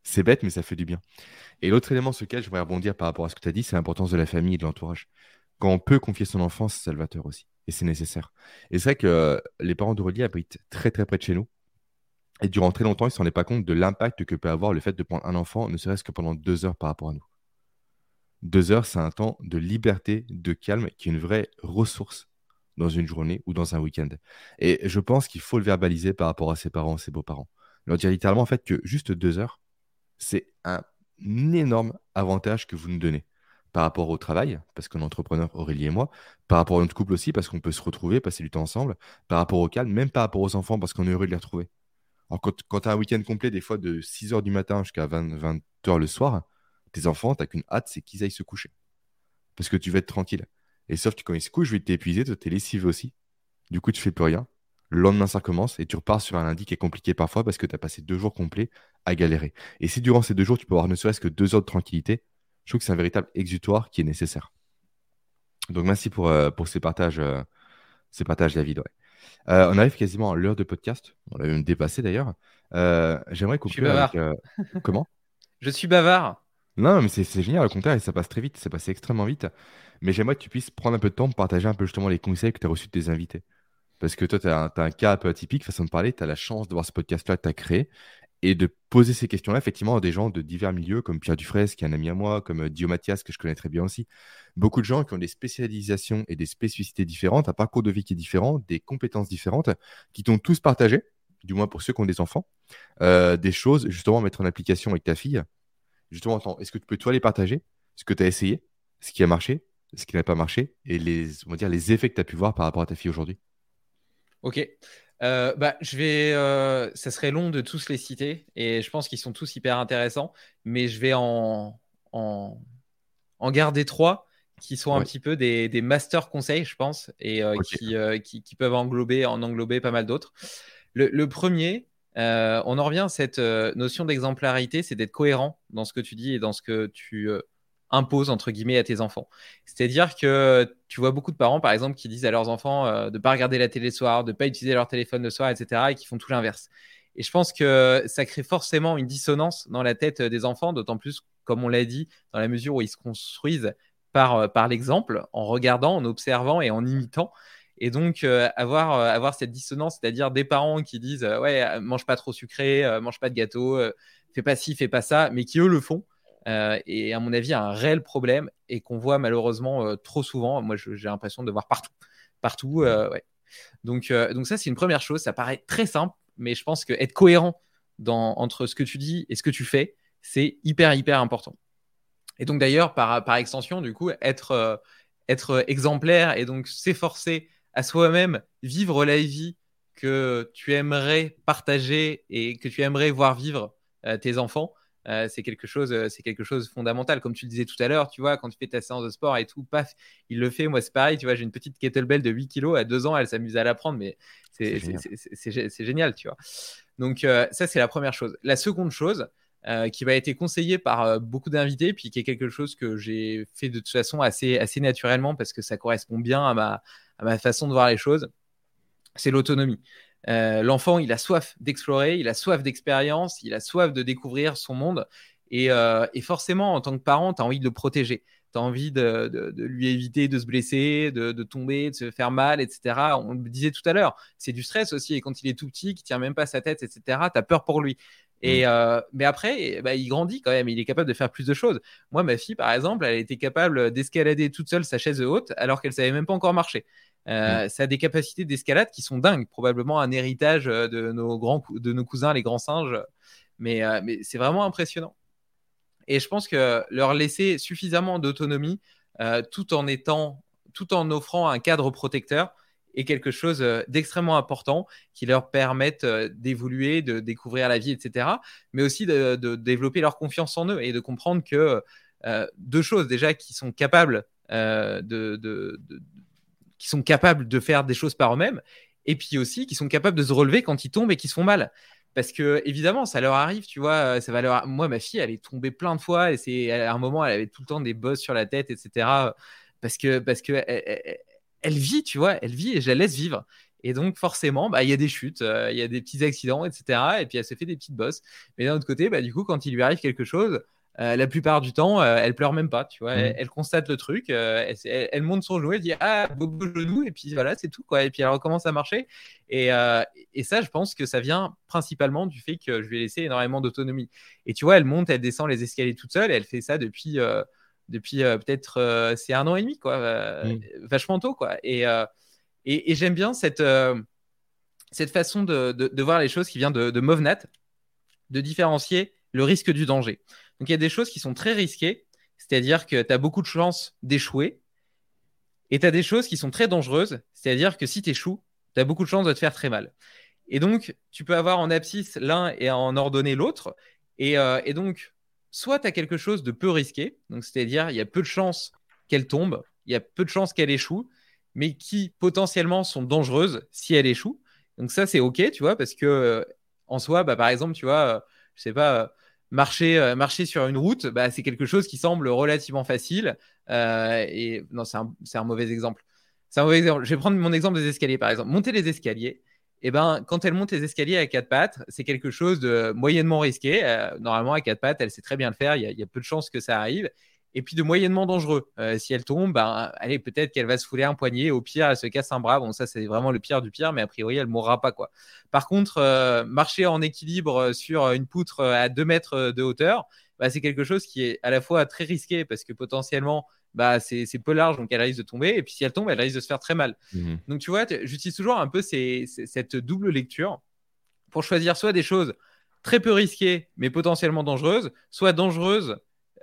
C'est bête, mais ça fait du bien. Et l'autre élément sur lequel j'aimerais rebondir par rapport à ce que tu as dit, c'est l'importance de la famille et de l'entourage. Quand on peut confier son enfant, c'est salvateur aussi. Et c'est nécessaire. Et c'est vrai que les parents d'Aurélie habitent très très près de chez nous. Et durant très longtemps, ils ne se rendaient pas compte de l'impact que peut avoir le fait de prendre un enfant, ne serait-ce que pendant 2 heures par rapport à nous. 2 heures, c'est un temps de liberté, de calme, qui est une vraie ressource dans une journée ou dans un week-end. Et je pense qu'il faut le verbaliser par rapport à ses parents, ses beaux-parents. Leur dire littéralement en fait que juste 2 heures, c'est un énorme avantage que vous nous donnez par rapport au travail, parce qu'on est entrepreneur, Aurélie et moi, par rapport à notre couple aussi, parce qu'on peut se retrouver, passer du temps ensemble, par rapport au calme, même par rapport aux enfants, parce qu'on est heureux de les retrouver. Alors, quand tu as un week-end complet, des fois de 6 heures du matin jusqu'à 20 heures le soir, tes enfants, tu n'as qu'une hâte, c'est qu'ils aillent se coucher. Parce que tu vas être tranquille. Et sauf que quand ils se couchent, je vais t'épuiser, toi, t'es lessivé aussi. Du coup, tu fais plus rien. Le lendemain, ça recommence et tu repars sur un lundi qui est compliqué parfois parce que tu as passé 2 jours complets à galérer. Et si durant ces 2 jours, tu peux avoir ne serait-ce que 2 heures de tranquillité, je trouve que c'est un véritable exutoire qui est nécessaire. Donc, merci pour ces partages, David. Ouais. On arrive quasiment à l'heure de podcast. On l'a même dépassé d'ailleurs. J'aimerais Je suis conclure avec. bavard. Comment? Je suis bavard. Non, mais c'est génial, au contraire, et ça passe très vite, c'est passé extrêmement vite. Mais j'aimerais que tu puisses prendre un peu de temps pour partager un peu justement les conseils que tu as reçus de tes invités. Parce que toi, tu as, un cas un peu atypique, façon de parler, tu as la chance de voir ce podcast-là que tu as créé et de poser ces questions-là, effectivement, à des gens de divers milieux, comme Pierre Dufresne, qui est un ami à moi, comme Dio Mathias, que je connais très bien aussi. Beaucoup de gens qui ont des spécialisations et des spécificités différentes, un parcours de vie qui est différent, des compétences différentes, qui t'ont tous partagé, du moins pour ceux qui ont des enfants, des choses justement à mettre en application avec ta fille. Justement, attends, est-ce que tu peux toi les partager? Ce que tu as essayé, ce qui a marché, ce qui n'a pas marché, et on va dire, les effets que tu as pu voir par rapport à ta fille aujourd'hui? Ok. Ça serait long de tous les citer et je pense qu'ils sont tous hyper intéressants, mais je vais en, en garder trois qui sont un Ouais, petit peu des master conseils, je pense, et ok. qui peuvent en englober pas mal d'autres. Le premier, on en revient à cette notion d'exemplarité, c'est d'être cohérent dans ce que tu dis et dans ce que tu imposes, entre guillemets, à tes enfants. C'est-à-dire que tu vois beaucoup de parents, par exemple, qui disent à leurs enfants de ne pas regarder la télé le soir, de ne pas utiliser leur téléphone le soir, etc., et qui font tout l'inverse. Et je pense que ça crée forcément une dissonance dans la tête des enfants, d'autant plus, comme on l'a dit, dans la mesure où ils se construisent par l'exemple, en regardant, en observant et en imitant. Et donc, avoir cette dissonance, c'est-à-dire des parents qui disent ouais, mange pas trop sucré, mange pas de gâteau, fais pas ci, fais pas ça, mais qui eux le font. Et à mon avis, un réel problème et qu'on voit malheureusement trop souvent. Moi, j'ai l'impression de voir partout. Partout, ouais. Donc ça, c'est une première chose. Ça paraît très simple, mais je pense que être cohérent entre ce que tu dis et ce que tu fais, c'est hyper, hyper important. Et donc d'ailleurs, par extension, du coup, être exemplaire et donc s'efforcer à soi-même, vivre la vie que tu aimerais partager et que tu aimerais voir vivre tes enfants, c'est quelque chose de fondamental. Comme tu le disais tout à l'heure, tu vois, quand tu fais ta séance de sport et tout, paf, il le fait. Moi, c'est pareil, tu vois, j'ai une petite kettlebell de 8 kilos à 2 ans, elle s'amuse à la prendre, mais C'est c'est génial. génial, tu vois. Donc ça, c'est la première chose. La seconde chose, qui m'a été conseillé par beaucoup d'invités, puis qui est quelque chose que j'ai fait de toute façon assez naturellement parce que ça correspond bien à ma façon de voir les choses, c'est l'autonomie. L'enfant, il a soif d'explorer, il a soif d'expérience, il a soif de découvrir son monde. Et forcément, en tant que parent, tu as envie de le protéger. Tu as envie de lui éviter de se blesser, de tomber, de se faire mal, etc. On le disait tout à l'heure, c'est du stress aussi. Et quand il est tout petit, qui tient même pas sa tête, etc., tu as peur pour lui. Mm. Mais après, bah, il grandit quand même, il est capable de faire plus de choses. Moi, ma fille, par exemple, elle a été capable d'escalader toute seule sa chaise haute alors qu'elle savait même pas encore marcher. Mm. Ça a des capacités d'escalade qui sont dingues, probablement un héritage de nos cousins, les grands singes. Mais c'est vraiment impressionnant. Et je pense que leur laisser suffisamment d'autonomie, tout en offrant un cadre protecteur, est quelque chose d'extrêmement important qui leur permette d'évoluer, de découvrir la vie, etc. Mais aussi de développer leur confiance en eux et de comprendre que deux choses déjà qui sont capables qui sont capables de faire des choses par eux-mêmes, et puis aussi qui sont capables de se relever quand ils tombent et qu'ils se font mal. Parce que évidemment, ça leur arrive, tu vois. Moi, ma fille, elle est tombée plein de fois et c'est à un moment, elle avait tout le temps des bosses sur la tête, etc. Parce que elle vit, tu vois, elle vit et je la laisse vivre. Et donc, forcément, bah, il y a des chutes, il y a des petits accidents, etc. Et puis, elle se fait des petites bosses. Mais d'un autre côté, bah, du coup, quand il lui arrive quelque chose, la plupart du temps, elle pleure même pas, tu vois. Mm. Elle constate le truc, elle monte son genou, elle dit ah beau genou, et puis voilà, c'est tout quoi. Et puis elle recommence à marcher. Et ça, je pense que ça vient principalement du fait que je lui ai laissé énormément d'autonomie. Et tu vois, elle monte, elle descend les escaliers toute seule. Et elle fait ça depuis peut-être c'est 1 an et demi quoi, Mm. vachement tôt quoi. Et j'aime bien cette façon de voir les choses qui vient de Movnat, de différencier le risque du danger. Donc il y a des choses qui sont très risquées, c'est-à-dire que tu as beaucoup de chances d'échouer, et tu as des choses qui sont très dangereuses, c'est-à-dire que si tu échoues, tu as beaucoup de chances de te faire très mal. Et donc, tu peux avoir en abscisse l'un et en ordonner l'autre. Et donc, soit tu as quelque chose de peu risqué, donc c'est-à-dire il y a peu de chances qu'elle tombe, il y a peu de chances qu'elle échoue, mais qui potentiellement sont dangereuses si elle échoue. Donc ça, c'est OK, tu vois, parce que en soi, bah, par exemple, tu vois, je sais pas, marcher sur une route, bah, c'est quelque chose qui semble relativement facile. Et non, c'est un mauvais exemple. C'est un mauvais exemple. Je vais prendre mon exemple des escaliers, par exemple. Monter les escaliers, et ben, quand elle monte les escaliers à quatre pattes, c'est quelque chose de moyennement risqué. Normalement, à quatre pattes, elle sait très bien le faire. Il y a peu de chances que ça arrive. Et puis de moyennement dangereux. Si elle tombe, ben, allez, peut-être qu'elle va se fouler un poignet. Au pire, elle se casse un bras. Bon, ça, c'est vraiment le pire du pire, mais a priori, elle mourra pas, quoi. Par contre, marcher en équilibre sur une poutre à 2 mètres de hauteur, bah, c'est quelque chose qui est à la fois très risqué parce que potentiellement, bah, c'est peu large, donc elle risque de tomber. Et puis si elle tombe, elle risque de se faire très mal. Mhm. Donc tu vois, j'utilise toujours un peu cette double lecture pour choisir soit des choses très peu risquées mais potentiellement dangereuses, soit dangereuses,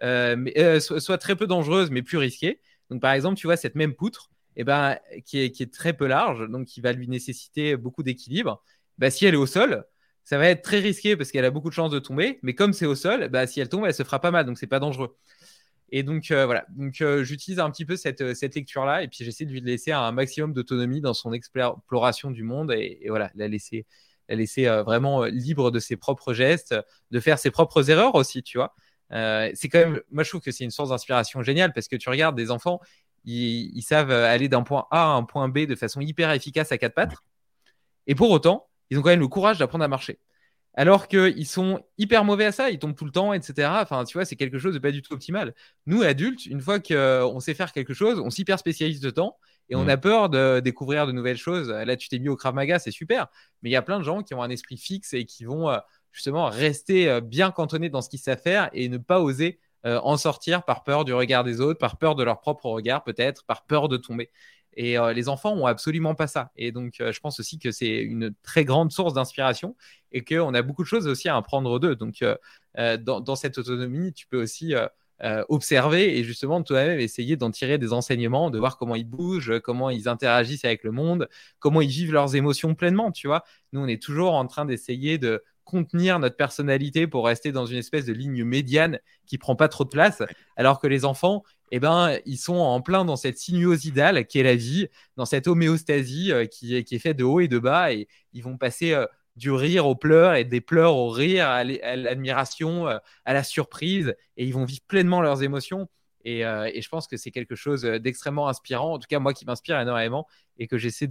soit très peu dangereuses mais plus risquées. Donc par exemple, tu vois, cette même poutre, qui est très peu large, donc qui va lui nécessiter beaucoup d'équilibre, bah, si elle est au sol, ça va être très risqué parce qu'elle a beaucoup de chances de tomber, mais comme c'est au sol, bah, si elle tombe, elle se fera pas mal, donc c'est pas dangereux. Et donc voilà, donc j'utilise un petit peu cette lecture-là, et puis j'essaie de lui laisser un maximum d'autonomie dans son exploration du monde, et voilà, la laisser vraiment libre de ses propres gestes, de faire ses propres erreurs aussi, tu vois. C'est quand même, moi je trouve que c'est une source d'inspiration géniale parce que tu regardes des enfants, ils savent aller d'un point A à un point B de façon hyper efficace à quatre pattes, et pour autant, ils ont quand même le courage d'apprendre à marcher. Alors qu'ils sont hyper mauvais à ça, ils tombent tout le temps, etc. Enfin, tu vois, c'est quelque chose de pas du tout optimal. Nous, adultes, une fois qu'on sait faire quelque chose, on s'hyper spécialise dedans et on Mhm. a peur de découvrir de nouvelles choses. Là, tu t'es mis au Krav Maga, c'est super. Mais il y a plein de gens qui ont un esprit fixe et qui vont justement rester bien cantonnés dans ce qu'ils savent faire et ne pas oser en sortir par peur du regard des autres, par peur de leur propre regard, peut-être, par peur de tomber. Et les enfants ont absolument pas ça. Et donc, je pense aussi que c'est une très grande source d'inspiration et qu'on a beaucoup de choses aussi à apprendre d'eux. Donc, dans cette autonomie, tu peux aussi observer et justement toi-même essayer d'en tirer des enseignements, de voir comment ils bougent, comment ils interagissent avec le monde, comment ils vivent leurs émotions pleinement, tu vois. Nous, on est toujours en train d'essayer de contenir notre personnalité pour rester dans une espèce de ligne médiane qui prend pas trop de place, alors que les enfants, eh ben, ils sont en plein dans cette sinuosidale qui est la vie, dans cette homéostasie qui est faite de haut et de bas, et ils vont passer du rire aux pleurs et des pleurs au rire, à l'admiration, à la surprise, et ils vont vivre pleinement leurs émotions. Et je pense que c'est quelque chose d'extrêmement inspirant, en tout cas moi qui m'inspire énormément et que j'essaie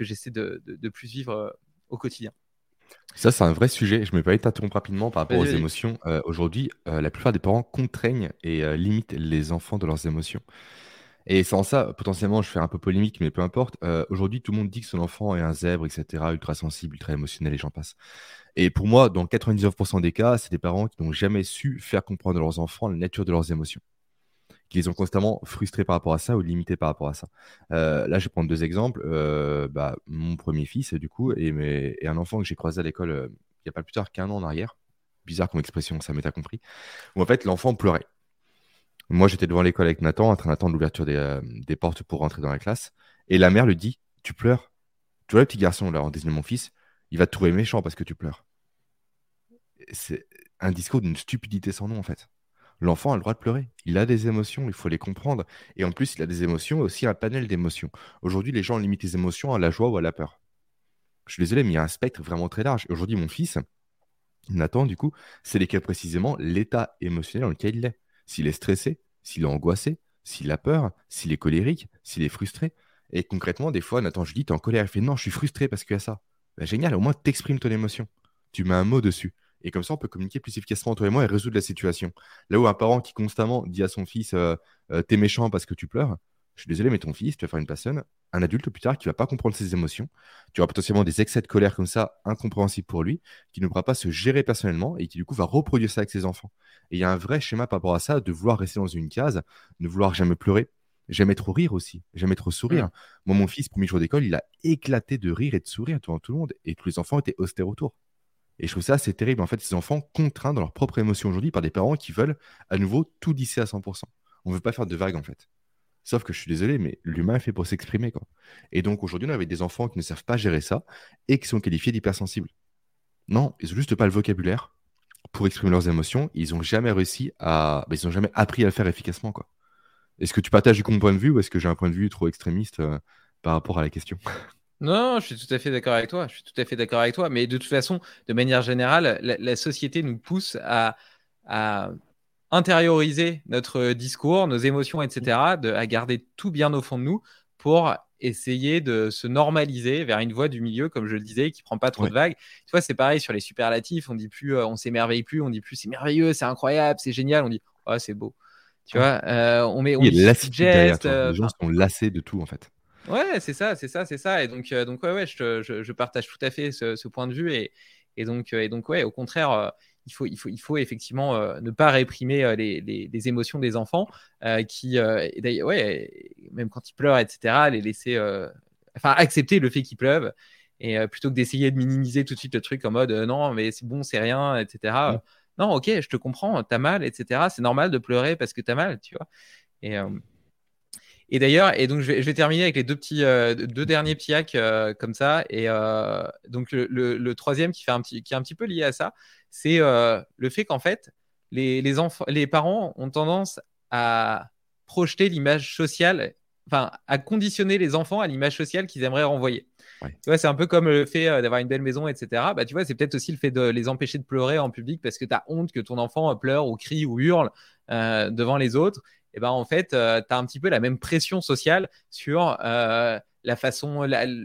de plus vivre au quotidien. Ça, c'est un vrai sujet. Je me permets de t'interrompre rapidement par rapport Vas-y, aux vas-y. émotions. Aujourd'hui, la plupart des parents contraignent et limitent les enfants dans leurs émotions. Et sans ça, potentiellement, je fais un peu polémique, mais peu importe. Aujourd'hui, tout le monde dit que son enfant est un zèbre, etc., ultra sensible, ultra émotionnel, et j'en passe. Et pour moi, dans 99% des cas, c'est des parents qui n'ont jamais su faire comprendre à leurs enfants la nature de leurs émotions, qui les ont constamment frustrés par rapport à ça ou limités par rapport à ça. Là, je vais prendre deux exemples. Bah, mon premier fils, du coup, et un enfant que j'ai croisé à l'école il n'y a pas plus tard qu'1 an en arrière. Bizarre comme expression, ça m'est compris. Où en fait, l'enfant pleurait. Moi, j'étais devant l'école avec Nathan, en train d'attendre l'ouverture des portes pour rentrer dans la classe. Et la mère lui dit, tu pleures. Tu vois, le petit garçon, là, en désignant mon fils, il va te trouver méchant parce que tu pleures. C'est un discours d'une stupidité sans nom, en fait. L'enfant a le droit de pleurer. Il a des émotions, il faut les comprendre. Et en plus, il a des émotions et aussi un panel d'émotions. Aujourd'hui, les gens limitent les émotions à la joie ou à la peur. Je suis désolé, mais il y a un spectre vraiment très large. Et aujourd'hui, mon fils, Nathan, du coup, c'est lesquels précisément l'état émotionnel dans lequel il est. S'il est stressé, s'il est angoissé, s'il a peur, s'il est colérique, s'il est frustré. Et concrètement, des fois, Nathan Julie, t'es en colère, il fait non, je suis frustré parce qu'il y a ça. Bah, génial, au moins t'exprimes ton émotion. Tu mets un mot dessus. Et comme ça, on peut communiquer plus efficacement toi et moi et résoudre la situation. Là où un parent qui constamment dit à son fils t'es méchant parce que tu pleures, je suis désolé, mais ton fils, tu vas faire une personne, un adulte plus tard qui va pas comprendre ses émotions. Tu auras potentiellement des excès de colère comme ça, incompréhensibles pour lui, qui ne pourra pas se gérer personnellement et qui du coup va reproduire ça avec ses enfants. Et il y a un vrai schéma par rapport à ça, de vouloir rester dans une case, ne vouloir jamais pleurer. J'aimais trop rire aussi, j'aimais trop sourire. Mm. Moi, mon fils, premier jour d'école, il a éclaté de rire et de sourire devant tout le monde. Et tous les enfants étaient austères autour. Et je trouve ça assez terrible. En fait, ces enfants contraints dans leur propre émotion aujourd'hui par des parents qui veulent à nouveau tout lisser à 100%. On ne veut pas faire de vagues, en fait. Sauf que je suis désolé, mais l'humain est fait pour s'exprimer, quoi. Et donc, aujourd'hui, on avait des enfants qui ne savent pas gérer ça et qui sont qualifiés d'hypersensibles. Non, ils n'ont juste pas le vocabulaire pour exprimer leurs émotions. Ils n'ont jamais réussi à. Ils n'ont jamais appris à le faire efficacement, quoi. Est-ce que tu partages du coup mon point de vue ou est-ce que j'ai un point de vue trop extrémiste par rapport à la question? Non, je suis tout à fait d'accord avec toi. Je suis tout à fait d'accord avec toi. Mais de toute façon, de manière générale, la société nous pousse à intérioriser notre discours, nos émotions, etc., à garder tout bien au fond de nous pour essayer de se normaliser vers une voie du milieu, comme je le disais, qui prend pas trop Ouais. de vagues. Tu vois, c'est pareil sur les superlatifs. On dit plus, on s'émerveille plus, on dit plus c'est merveilleux, c'est incroyable, c'est génial. On dit oh c'est beau. Tu Ouais. vois, on Il y a de utilise plus de lassitude derrière gestes. toi. Les gens sont lassés de tout en fait. Ouais, c'est ça, c'est ça, c'est ça. Et donc ouais, je partage tout à fait ce point de vue. Et donc ouais, au contraire, il faut effectivement ne pas réprimer les émotions des enfants et d'ailleurs, ouais, même quand ils pleurent, etc., les laisser, enfin, accepter le fait qu'ils pleuvent. Et plutôt que d'essayer de minimiser tout de suite le truc en mode non, mais c'est bon, c'est rien, etc. Mm. Non, ok, je te comprends, t'as mal, etc. C'est normal de pleurer parce que t'as mal, tu vois. Et, et d'ailleurs, et donc je vais terminer avec les deux derniers petits hacks comme ça. Et donc le troisième qui est un petit peu lié à ça, c'est le fait qu'en fait, les parents ont tendance à projeter l'image sociale, enfin à conditionner les enfants à l'image sociale qu'ils aimeraient renvoyer. Ouais. Tu vois, c'est un peu comme le fait d'avoir une belle maison, etc. Bah, tu vois, c'est peut-être aussi le fait de les empêcher de pleurer en public parce que tu as honte que ton enfant pleure ou crie ou hurle devant les autres. Et ben en fait, tu as un petit peu la même pression sociale sur la façon,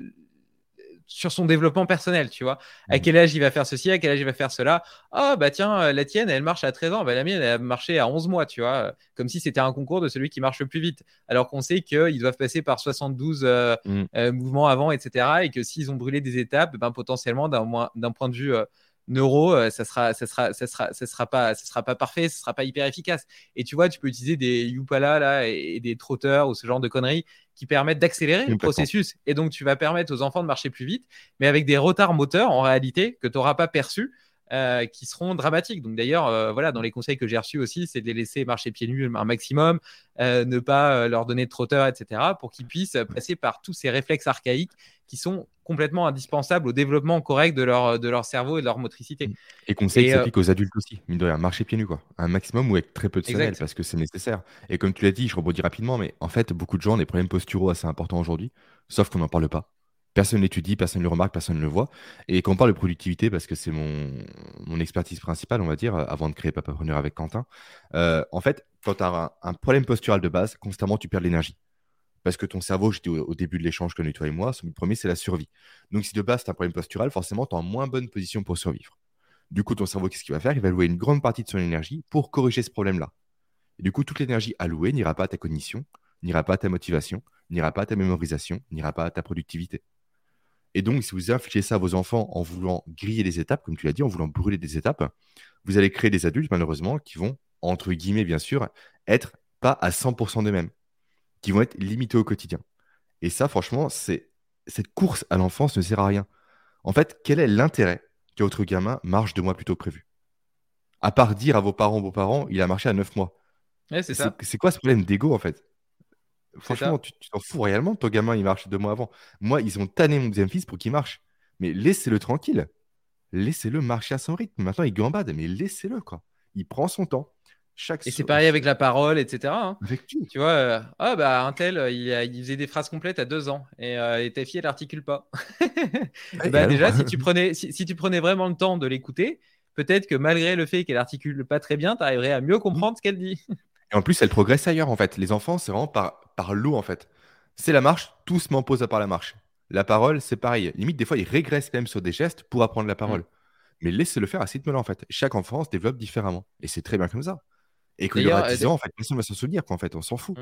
sur son développement personnel, tu vois. À Mm. quel âge il va faire ceci, à quel âge il va faire cela. Ah, bah tiens, la tienne, elle marche à 13 ans. Bah, la mienne, elle a marché à 11 mois, tu vois. Comme si c'était un concours de celui qui marche le plus vite. Alors qu'on sait qu'ils doivent passer par 72 Mm. mouvements avant, etc. Et que s'ils ont brûlé des étapes, ben, potentiellement, d'un point de vue neuro, ça sera pas parfait, ça sera pas hyper efficace. Et tu vois, tu peux utiliser des Yupala là, et des trotteurs ou ce genre de conneries qui permettent d'accélérer le Complètement. processus. Et donc, tu vas permettre aux enfants de marcher plus vite, mais avec des retards moteurs en réalité que tu n'auras pas perçus. Qui seront dramatiques. Donc d'ailleurs, voilà, dans les conseils que j'ai reçus aussi, c'est de les laisser marcher pieds nus un maximum, ne pas leur donner de trotteur, etc., pour qu'ils puissent passer par tous ces réflexes archaïques qui sont complètement indispensables au développement correct de leur cerveau et de leur motricité. Mm. Et conseil qui Et s'applique aux adultes aussi, mine de rien, marcher pieds nus, quoi. Un maximum ou avec très peu de semelles, exact. parce que c'est nécessaire. Et comme tu l'as dit, je rebondis rapidement, mais en fait, beaucoup de gens ont des problèmes posturaux assez importants aujourd'hui, sauf qu'on n'en parle pas. Personne ne l'étudie, personne ne le remarque, personne ne le voit. Et quand on parle de productivité, parce que c'est mon expertise principale, on va dire, avant de créer Papapreneur avec Quentin, en fait, quand tu as un problème postural de base, constamment, tu perds de l'énergie. Parce que ton cerveau, j'étais au début de l'échange comme toi et moi, son but premier, c'est la survie. Donc, si de base, tu as un problème postural, forcément, tu es en moins bonne position pour survivre. Du coup, ton cerveau, qu'est-ce qu'il va faire? Il va allouer une grande partie de son énergie pour corriger ce problème-là. Et du coup, toute l'énergie allouée n'ira pas à ta cognition, n'ira pas à ta motivation, n'ira pas à ta mémorisation, n'ira pas à ta productivité. Et donc, si vous infligez ça à vos enfants en voulant griller des étapes, comme tu l'as dit, en voulant brûler des étapes, vous allez créer des adultes, malheureusement, qui vont, entre guillemets, bien sûr, être pas à 100% d'eux-mêmes, qui vont être limités au quotidien. Et ça, franchement, cette course à l'enfance ne sert à rien. En fait, quel est l'intérêt que votre gamin marche 2 mois plus tôt que prévu? À part dire à vos parents, il a marché à 9 mois. Ouais, c'est ça. C'est quoi ce problème d'ego, en fait? C'est Franchement, ça. tu t'en fous réellement de ton gamin, il marche 2 mois avant. Moi, ils ont tanné mon deuxième fils pour qu'il marche. Mais laissez-le tranquille. Laissez-le marcher à son rythme. Maintenant, il gambade, mais laissez-le, quoi. Il prend son temps. Chaque Et c'est so- pareil avec la parole, etc., hein. Avec tout. Tu vois, ah bah un tel, il faisait des phrases complètes à 2 ans et ta fille, elle n'articule pas. Et Bah alors? déjà, si tu prenais vraiment le temps de l'écouter, peut-être que malgré le fait qu'elle articule pas très bien, tu arriverais à mieux comprendre ce qu'elle dit. Et en plus, elle progresse ailleurs, en fait. Les enfants, c'est vraiment par lot, en fait. C'est la marche, tout se met en pause à part la marche. La parole, c'est pareil. Limite, des fois, ils régressent quand même sur des gestes pour apprendre la Mm. parole. Mais laissez-le faire à ce rythme-là, en fait. Chaque enfant se développe différemment. Et c'est très bien comme ça. Et quand il aura D'ailleurs, 10 ans, en fait, personne ne va s'en souvenir, quoi, en fait. On s'en fout.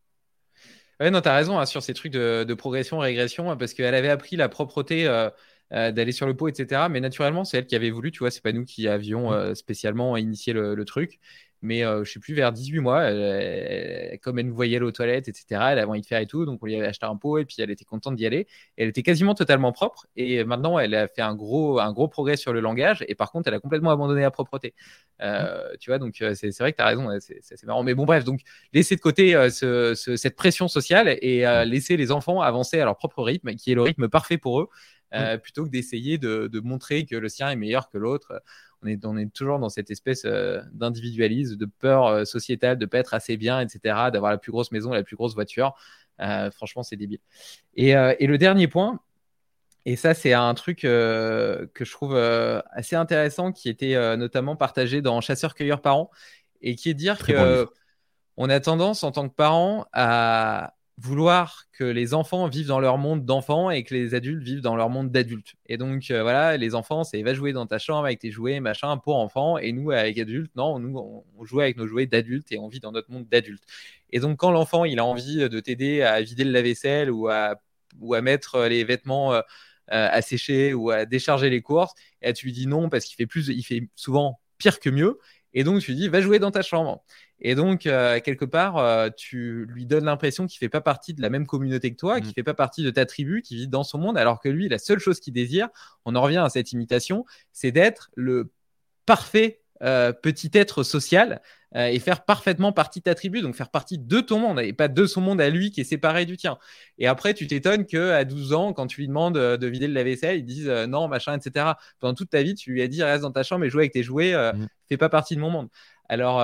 ouais, non, t'as raison hein, sur ces trucs de progression, régression, parce qu'elle avait appris la propreté d'aller sur le pot, etc. Mais naturellement, c'est elle qui avait voulu, tu vois, c'est pas nous qui avions Mm. spécialement initié le truc. Mais je sais plus, vers 18 mois, comme elle nous voyait aller aux toilettes, etc., elle avait envie de faire et tout, donc on lui avait acheté un pot et puis elle était contente d'y aller. Et elle était quasiment totalement propre. Et maintenant, elle a fait un gros progrès sur le langage. Et par contre, elle a complètement abandonné la propreté. Mm. Tu vois, donc c'est vrai que tu as raison, ouais, c'est marrant. Mais bon, bref, donc laisser de côté cette pression sociale et Mm. laisser les enfants avancer à leur propre rythme, qui est le rythme parfait pour eux, Mm. plutôt que d'essayer de montrer que le sien est meilleur que l'autre. On est toujours dans cette espèce d'individualisme, de peur sociétale, de ne pas être assez bien, etc., d'avoir la plus grosse maison, la plus grosse voiture. Franchement, c'est débile. Et le dernier point, et ça, c'est un truc que je trouve assez intéressant, qui était notamment partagé dans Chasseurs-cueilleurs parents, et qui est de dire Très bon que livre. on a tendance en tant que parents à vouloir que les enfants vivent dans leur monde d'enfants et que les adultes vivent dans leur monde d'adultes. Et donc voilà, les enfants, c'est va jouer dans ta chambre avec tes jouets, machin, pour enfants. Et nous, avec adultes, non, nous, on joue avec nos jouets d'adultes et on vit dans notre monde d'adultes. Et donc quand l'enfant, il a envie de t'aider à vider le lave-vaisselle ou à mettre les vêtements à sécher ou à décharger les courses, et tu lui dis non parce il fait souvent pire que mieux. Et donc tu lui dis va jouer dans ta chambre. Et donc, quelque part, tu lui donnes l'impression qu'il ne fait pas partie de la même communauté que toi, qu'il Mm. ne fait pas partie de ta tribu, qu'il vit dans son monde, alors que lui, la seule chose qu'il désire, on en revient à cette imitation, c'est d'être le parfait petit être social et faire parfaitement partie de ta tribu, donc faire partie de ton monde et pas de son monde à lui qui est séparé du tien. Et après, tu t'étonnes qu'à 12 ans, quand tu lui demandes de vider le lave-vaisselle, ils disent non, machin, etc. Pendant toute ta vie, tu lui as dit reste dans ta chambre et joue avec tes jouets, Mm. fais pas partie de mon monde. Alors,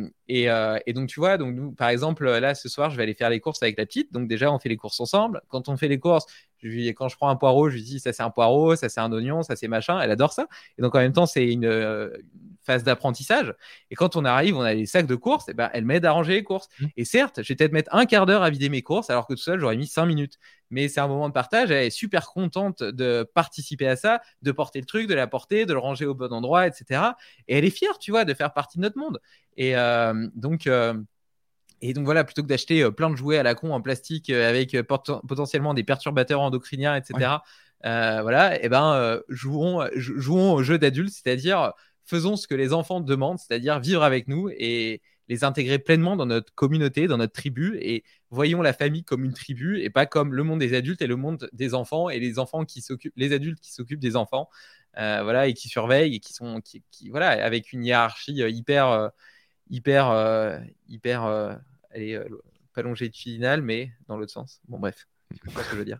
et donc, tu vois, donc nous, par exemple, là, ce soir, je vais aller faire les courses avec la petite. Donc, déjà, on fait les courses ensemble. Quand on fait les courses, quand je prends un poireau, je lui dis ça, c'est un poireau, ça, c'est un oignon, ça, c'est machin. Elle adore ça. Et donc, en même temps, c'est une phase d'apprentissage. Et quand on arrive, on a les sacs de courses, et ben, elle m'aide à ranger les courses. Mm. Et certes, je vais peut-être mettre un quart d'heure à vider mes courses, alors que tout seul, j'aurais mis 5 minutes. Mais c'est un moment de partage. Elle est super contente de participer à ça, de porter le truc, de l'apporter, de le ranger au bon endroit, etc. Et elle est fière, tu vois, de faire partie de notre monde. Et donc voilà, plutôt que d'acheter plein de jouets à la con en plastique avec potentiellement des perturbateurs endocriniens, Ouais. etc. Voilà, et ben jouons au jeu d'adulte, c'est-à-dire faisons ce que les enfants demandent, c'est-à-dire vivre avec nous et les intégrer pleinement dans notre communauté, dans notre tribu, et voyons la famille comme une tribu et pas comme le monde des adultes et le monde des enfants et les enfants les adultes qui s'occupent des enfants, voilà, et qui surveillent et voilà, avec une hiérarchie hyper, hyper, allez, pas longitudinale, mais dans l'autre sens. Bon, bref, tu comprends ce que je veux dire.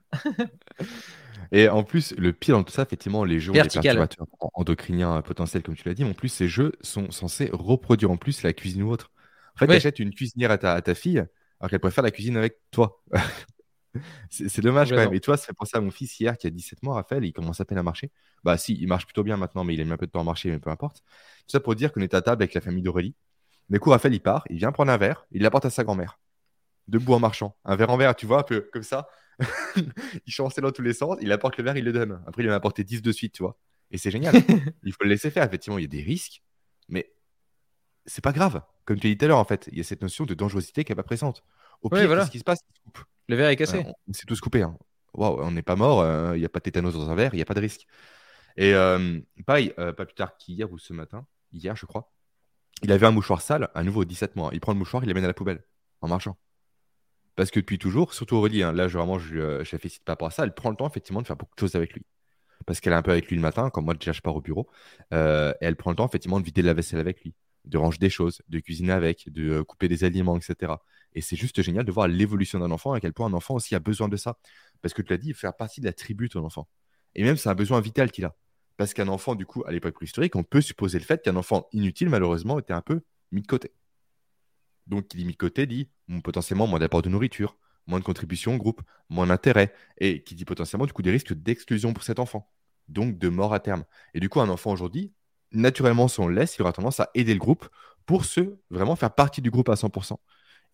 Et en plus, le pire dans tout ça, effectivement, les jeux ont des Vertical. perturbateurs endocriniens potentiels, comme tu l'as dit, mais en plus, ces jeux sont censés reproduire en plus la cuisine ou autre. En fait, tu Oui, achètes une cuisinière à ta fille, alors qu'elle préfère la cuisine avec toi. C'est dommage quand même. complètement. Et toi, ça fait penser à mon fils hier qui a 17 mois, Raphaël, il commence à peine à marcher. Bah si, il marche plutôt bien maintenant, mais il a mis un peu de temps à marcher, mais peu importe. Tout ça pour dire qu'on est à table avec la famille d'Aurélie. Du coup, Raphaël, il part, il vient prendre un verre, il l'apporte à sa grand-mère, debout en marchant. Un verre en verre, tu vois, un peu comme ça. Il chancelle dans tous les sens, il apporte le verre, il le donne. Après, il en a apporté 10 de suite, tu vois. Et c'est génial. Il faut le laisser faire. Effectivement, il y a des risques, mais c'est pas grave. Comme tu l'as dit tout à l'heure, en fait, il y a cette notion de dangerosité qui n'est pas présente. Au Oui, pire, qu'est-ce voilà. qui se passe? Il se coupe. Le verre est cassé. On s'est tous coupés, hein. Waouh, on n'est pas mort, il n'y a pas de tétanos dans un verre, il n'y a pas de risque. Et pareil, pas plus tard qu'hier ou ce matin, hier, je crois, il avait un mouchoir sale, à nouveau 17 mois. Il prend le mouchoir, il l'amène à la poubelle en marchant. Parce que depuis toujours, surtout Aurélie, hein, là, vraiment, je la félicite par rapport à ça, elle prend le temps effectivement de faire beaucoup de choses avec lui. Parce qu'elle est un peu avec lui le matin, quand moi déjà je pars au bureau. Et elle prend le temps effectivement de vider la vaisselle avec lui, de ranger des choses, de cuisiner avec, de couper des aliments, etc. Et c'est juste génial de voir l'évolution d'un enfant, à quel point un enfant aussi a besoin de ça. Parce que tu l'as dit, faire partie de la tribu, ton enfant. Et même, c'est un besoin vital qu'il a. Parce qu'un enfant, du coup, à l'époque préhistorique, on peut supposer le fait qu'un enfant inutile, malheureusement, était un peu mis de côté. Donc, qui dit mis de côté dit potentiellement moins d'apport de nourriture, moins de contribution au groupe, moins d'intérêt, et qui dit potentiellement du coup des risques d'exclusion pour cet enfant, donc de mort à terme. Et du coup, un enfant aujourd'hui, naturellement, si on le laisse, il aura tendance à aider le groupe pour se vraiment faire partie du groupe à 100%.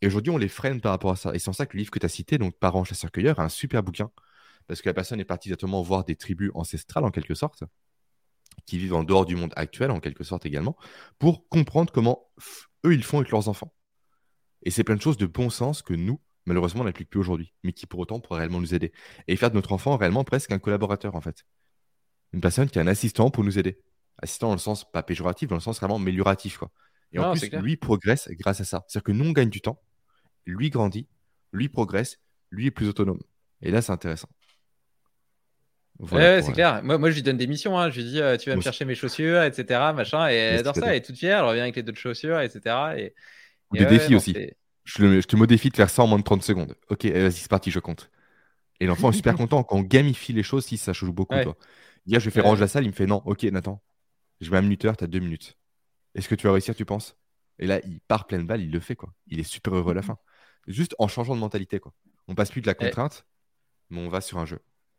Et aujourd'hui, on les freine par rapport à ça. Et c'est en ça que le livre que tu as cité, donc Parents chasseurs-cueilleurs, est un super bouquin. Parce que la personne est partie exactement voir des tribus ancestrales, en quelque sorte, qui vivent en dehors du monde actuel, en quelque sorte également, pour comprendre comment eux, ils font avec leurs enfants. Et c'est plein de choses de bon sens que nous, malheureusement, on n'applique plus aujourd'hui, mais qui pour autant pourraient réellement nous aider. Et faire de notre enfant réellement presque un collaborateur, en fait. Une personne qui est un assistant pour nous aider. Assistant dans le sens pas péjoratif, dans le sens vraiment amélioratif, quoi. Et en Non, c'est plus, clair. lui progresse grâce à ça. C'est-à-dire que nous, on gagne du temps, lui grandit, lui progresse, lui est plus autonome. Et là, c'est intéressant. Ouais, Voilà ouais, pour c'est clair. Moi, je lui donne des missions, hein. Je lui dis, tu vas moi me aussi. chercher mes chaussures, etc. Machin. Et elle Merci, adore ça. j'adore. Elle est toute fière. Elle revient avec les d'autres chaussures, etc. Ou Et des ouais, défis non, aussi. c'est. Je te mets au défi de faire ça en moins de 30 secondes. Ok, vas-y, c'est parti, je compte. Et l'enfant est super content quand on gamifie les choses, si ça joue beaucoup, Ouais, quoi. Hier, je lui fais ranger ouais. la salle, il me fait non, ok, Nathan, je mets un minuteur, t'as 2 minutes. Est-ce que tu vas réussir, tu penses? Et là, il part pleine balle, il le fait, quoi. Il est super heureux à la fin. Juste en changeant de mentalité, quoi. On passe plus de la Ouais. contrainte, mais on va sur un jeu.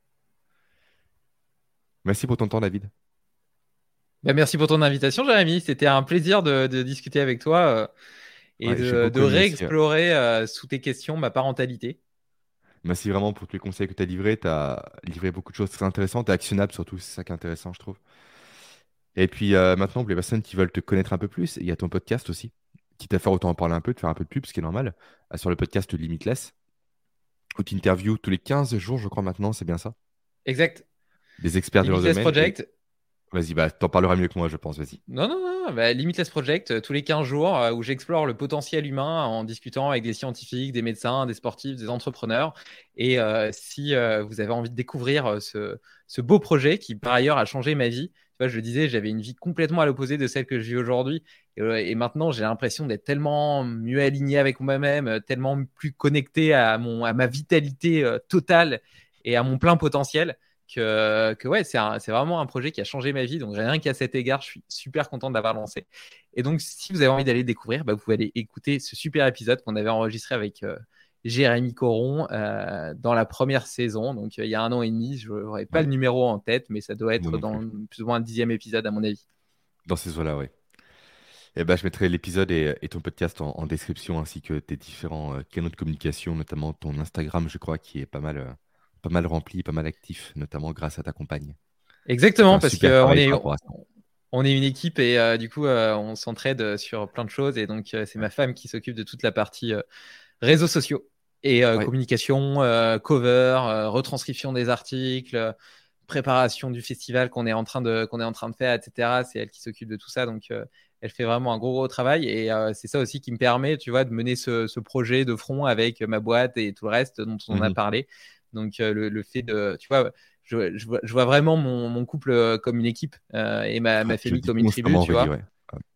Merci pour ton temps, David. Bah, merci pour ton invitation, Jérémy. C'était un plaisir de discuter avec toi et Ouais, j'ai de beaucoup aimé aussi. réexplorer sous tes questions ma parentalité. Merci vraiment pour tous les conseils que tu as livrés. Tu as livré beaucoup de choses très intéressantes et actionnables surtout. C'est ça qui est intéressant, je trouve. Et puis maintenant, pour les personnes qui veulent te connaître un peu plus, il y a ton podcast aussi. Quitte à faire autant en parler un peu, de faire un peu de pub, ce qui est normal, sur le podcast Limitless, où tu interviews tous les 15 jours, je crois maintenant, c'est bien ça, Exact. des experts de leur Limitless domaine. Et Project. vas-y, bah, t'en parleras mieux que moi, je pense, vas-y. Non, non, non, bah, Limitless Project, tous les 15 jours, où j'explore le potentiel humain en discutant avec des scientifiques, des médecins, des sportifs, des entrepreneurs. Et si vous avez envie de découvrir ce beau projet qui, par ailleurs, a changé ma vie, tu vois, je le disais, j'avais une vie complètement à l'opposé de celle que je vis aujourd'hui. Et maintenant, j'ai l'impression d'être tellement mieux aligné avec moi-même, tellement plus connecté à ma vitalité totale et à mon plein potentiel que ouais, c'est vraiment un projet qui a changé ma vie. Donc rien qu'à cet égard, je suis super content de l'avoir lancé. Et donc, si vous avez envie d'aller découvrir, bah, vous pouvez aller écouter ce super épisode qu'on avait enregistré avec Jérémy Coron dans la première saison. Donc, il y a 1 an et demi, je n'aurai pas Ouais, le numéro en tête, mais ça doit moi être non dans plus. plus ou moins un 10e épisode, à mon avis. Dans ces eaux-là, ouais. Et bah, je mettrai l'épisode et ton podcast en description, ainsi que tes différents canaux de communication, notamment ton Instagram, je crois, qui est pas mal rempli, pas mal actif, notamment grâce à ta compagne. Tu fais Exactement, un parce super qu'on travail est, par rapport à ça. on est une équipe et du coup, on s'entraide sur plein de choses. Et donc, c'est ma femme qui s'occupe de toute la partie réseaux sociaux et Ouais, communication, cover, retranscription des articles, préparation du festival qu'on est en train de faire, etc. C'est elle qui s'occupe de tout ça, donc elle fait vraiment un gros travail et c'est ça aussi qui me permet, tu vois, de mener ce projet de front avec ma boîte et tout le reste dont on a mhm. parlé. Donc le fait de, tu vois, je vois vraiment mon couple comme une équipe et Ouais, ma je le famille dis comme une tribu, constamment, tu Aurélie, vois. ouais.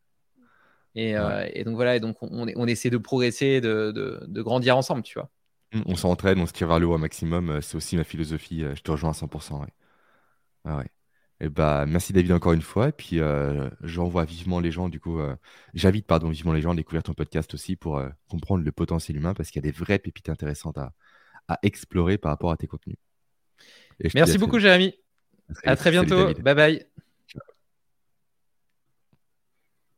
Ouais. Et donc voilà, et donc on essaie de progresser, de grandir ensemble, tu vois. On s'entraide, on se tire vers le haut un maximum. C'est aussi ma philosophie. Je te rejoins à 100%. Ouais. Ah ouais. Et bah, merci David encore une fois. Et puis, j'envoie vivement les gens, du coup, j'invite, pardon, vivement les gens à découvrir ton podcast aussi pour comprendre le potentiel humain parce qu'il y a des vraies pépites intéressantes à explorer par rapport à tes contenus. Et je te dis à Merci très beaucoup, vite. Jérémy. À très À vite. très Salut bientôt. David. Bye bye.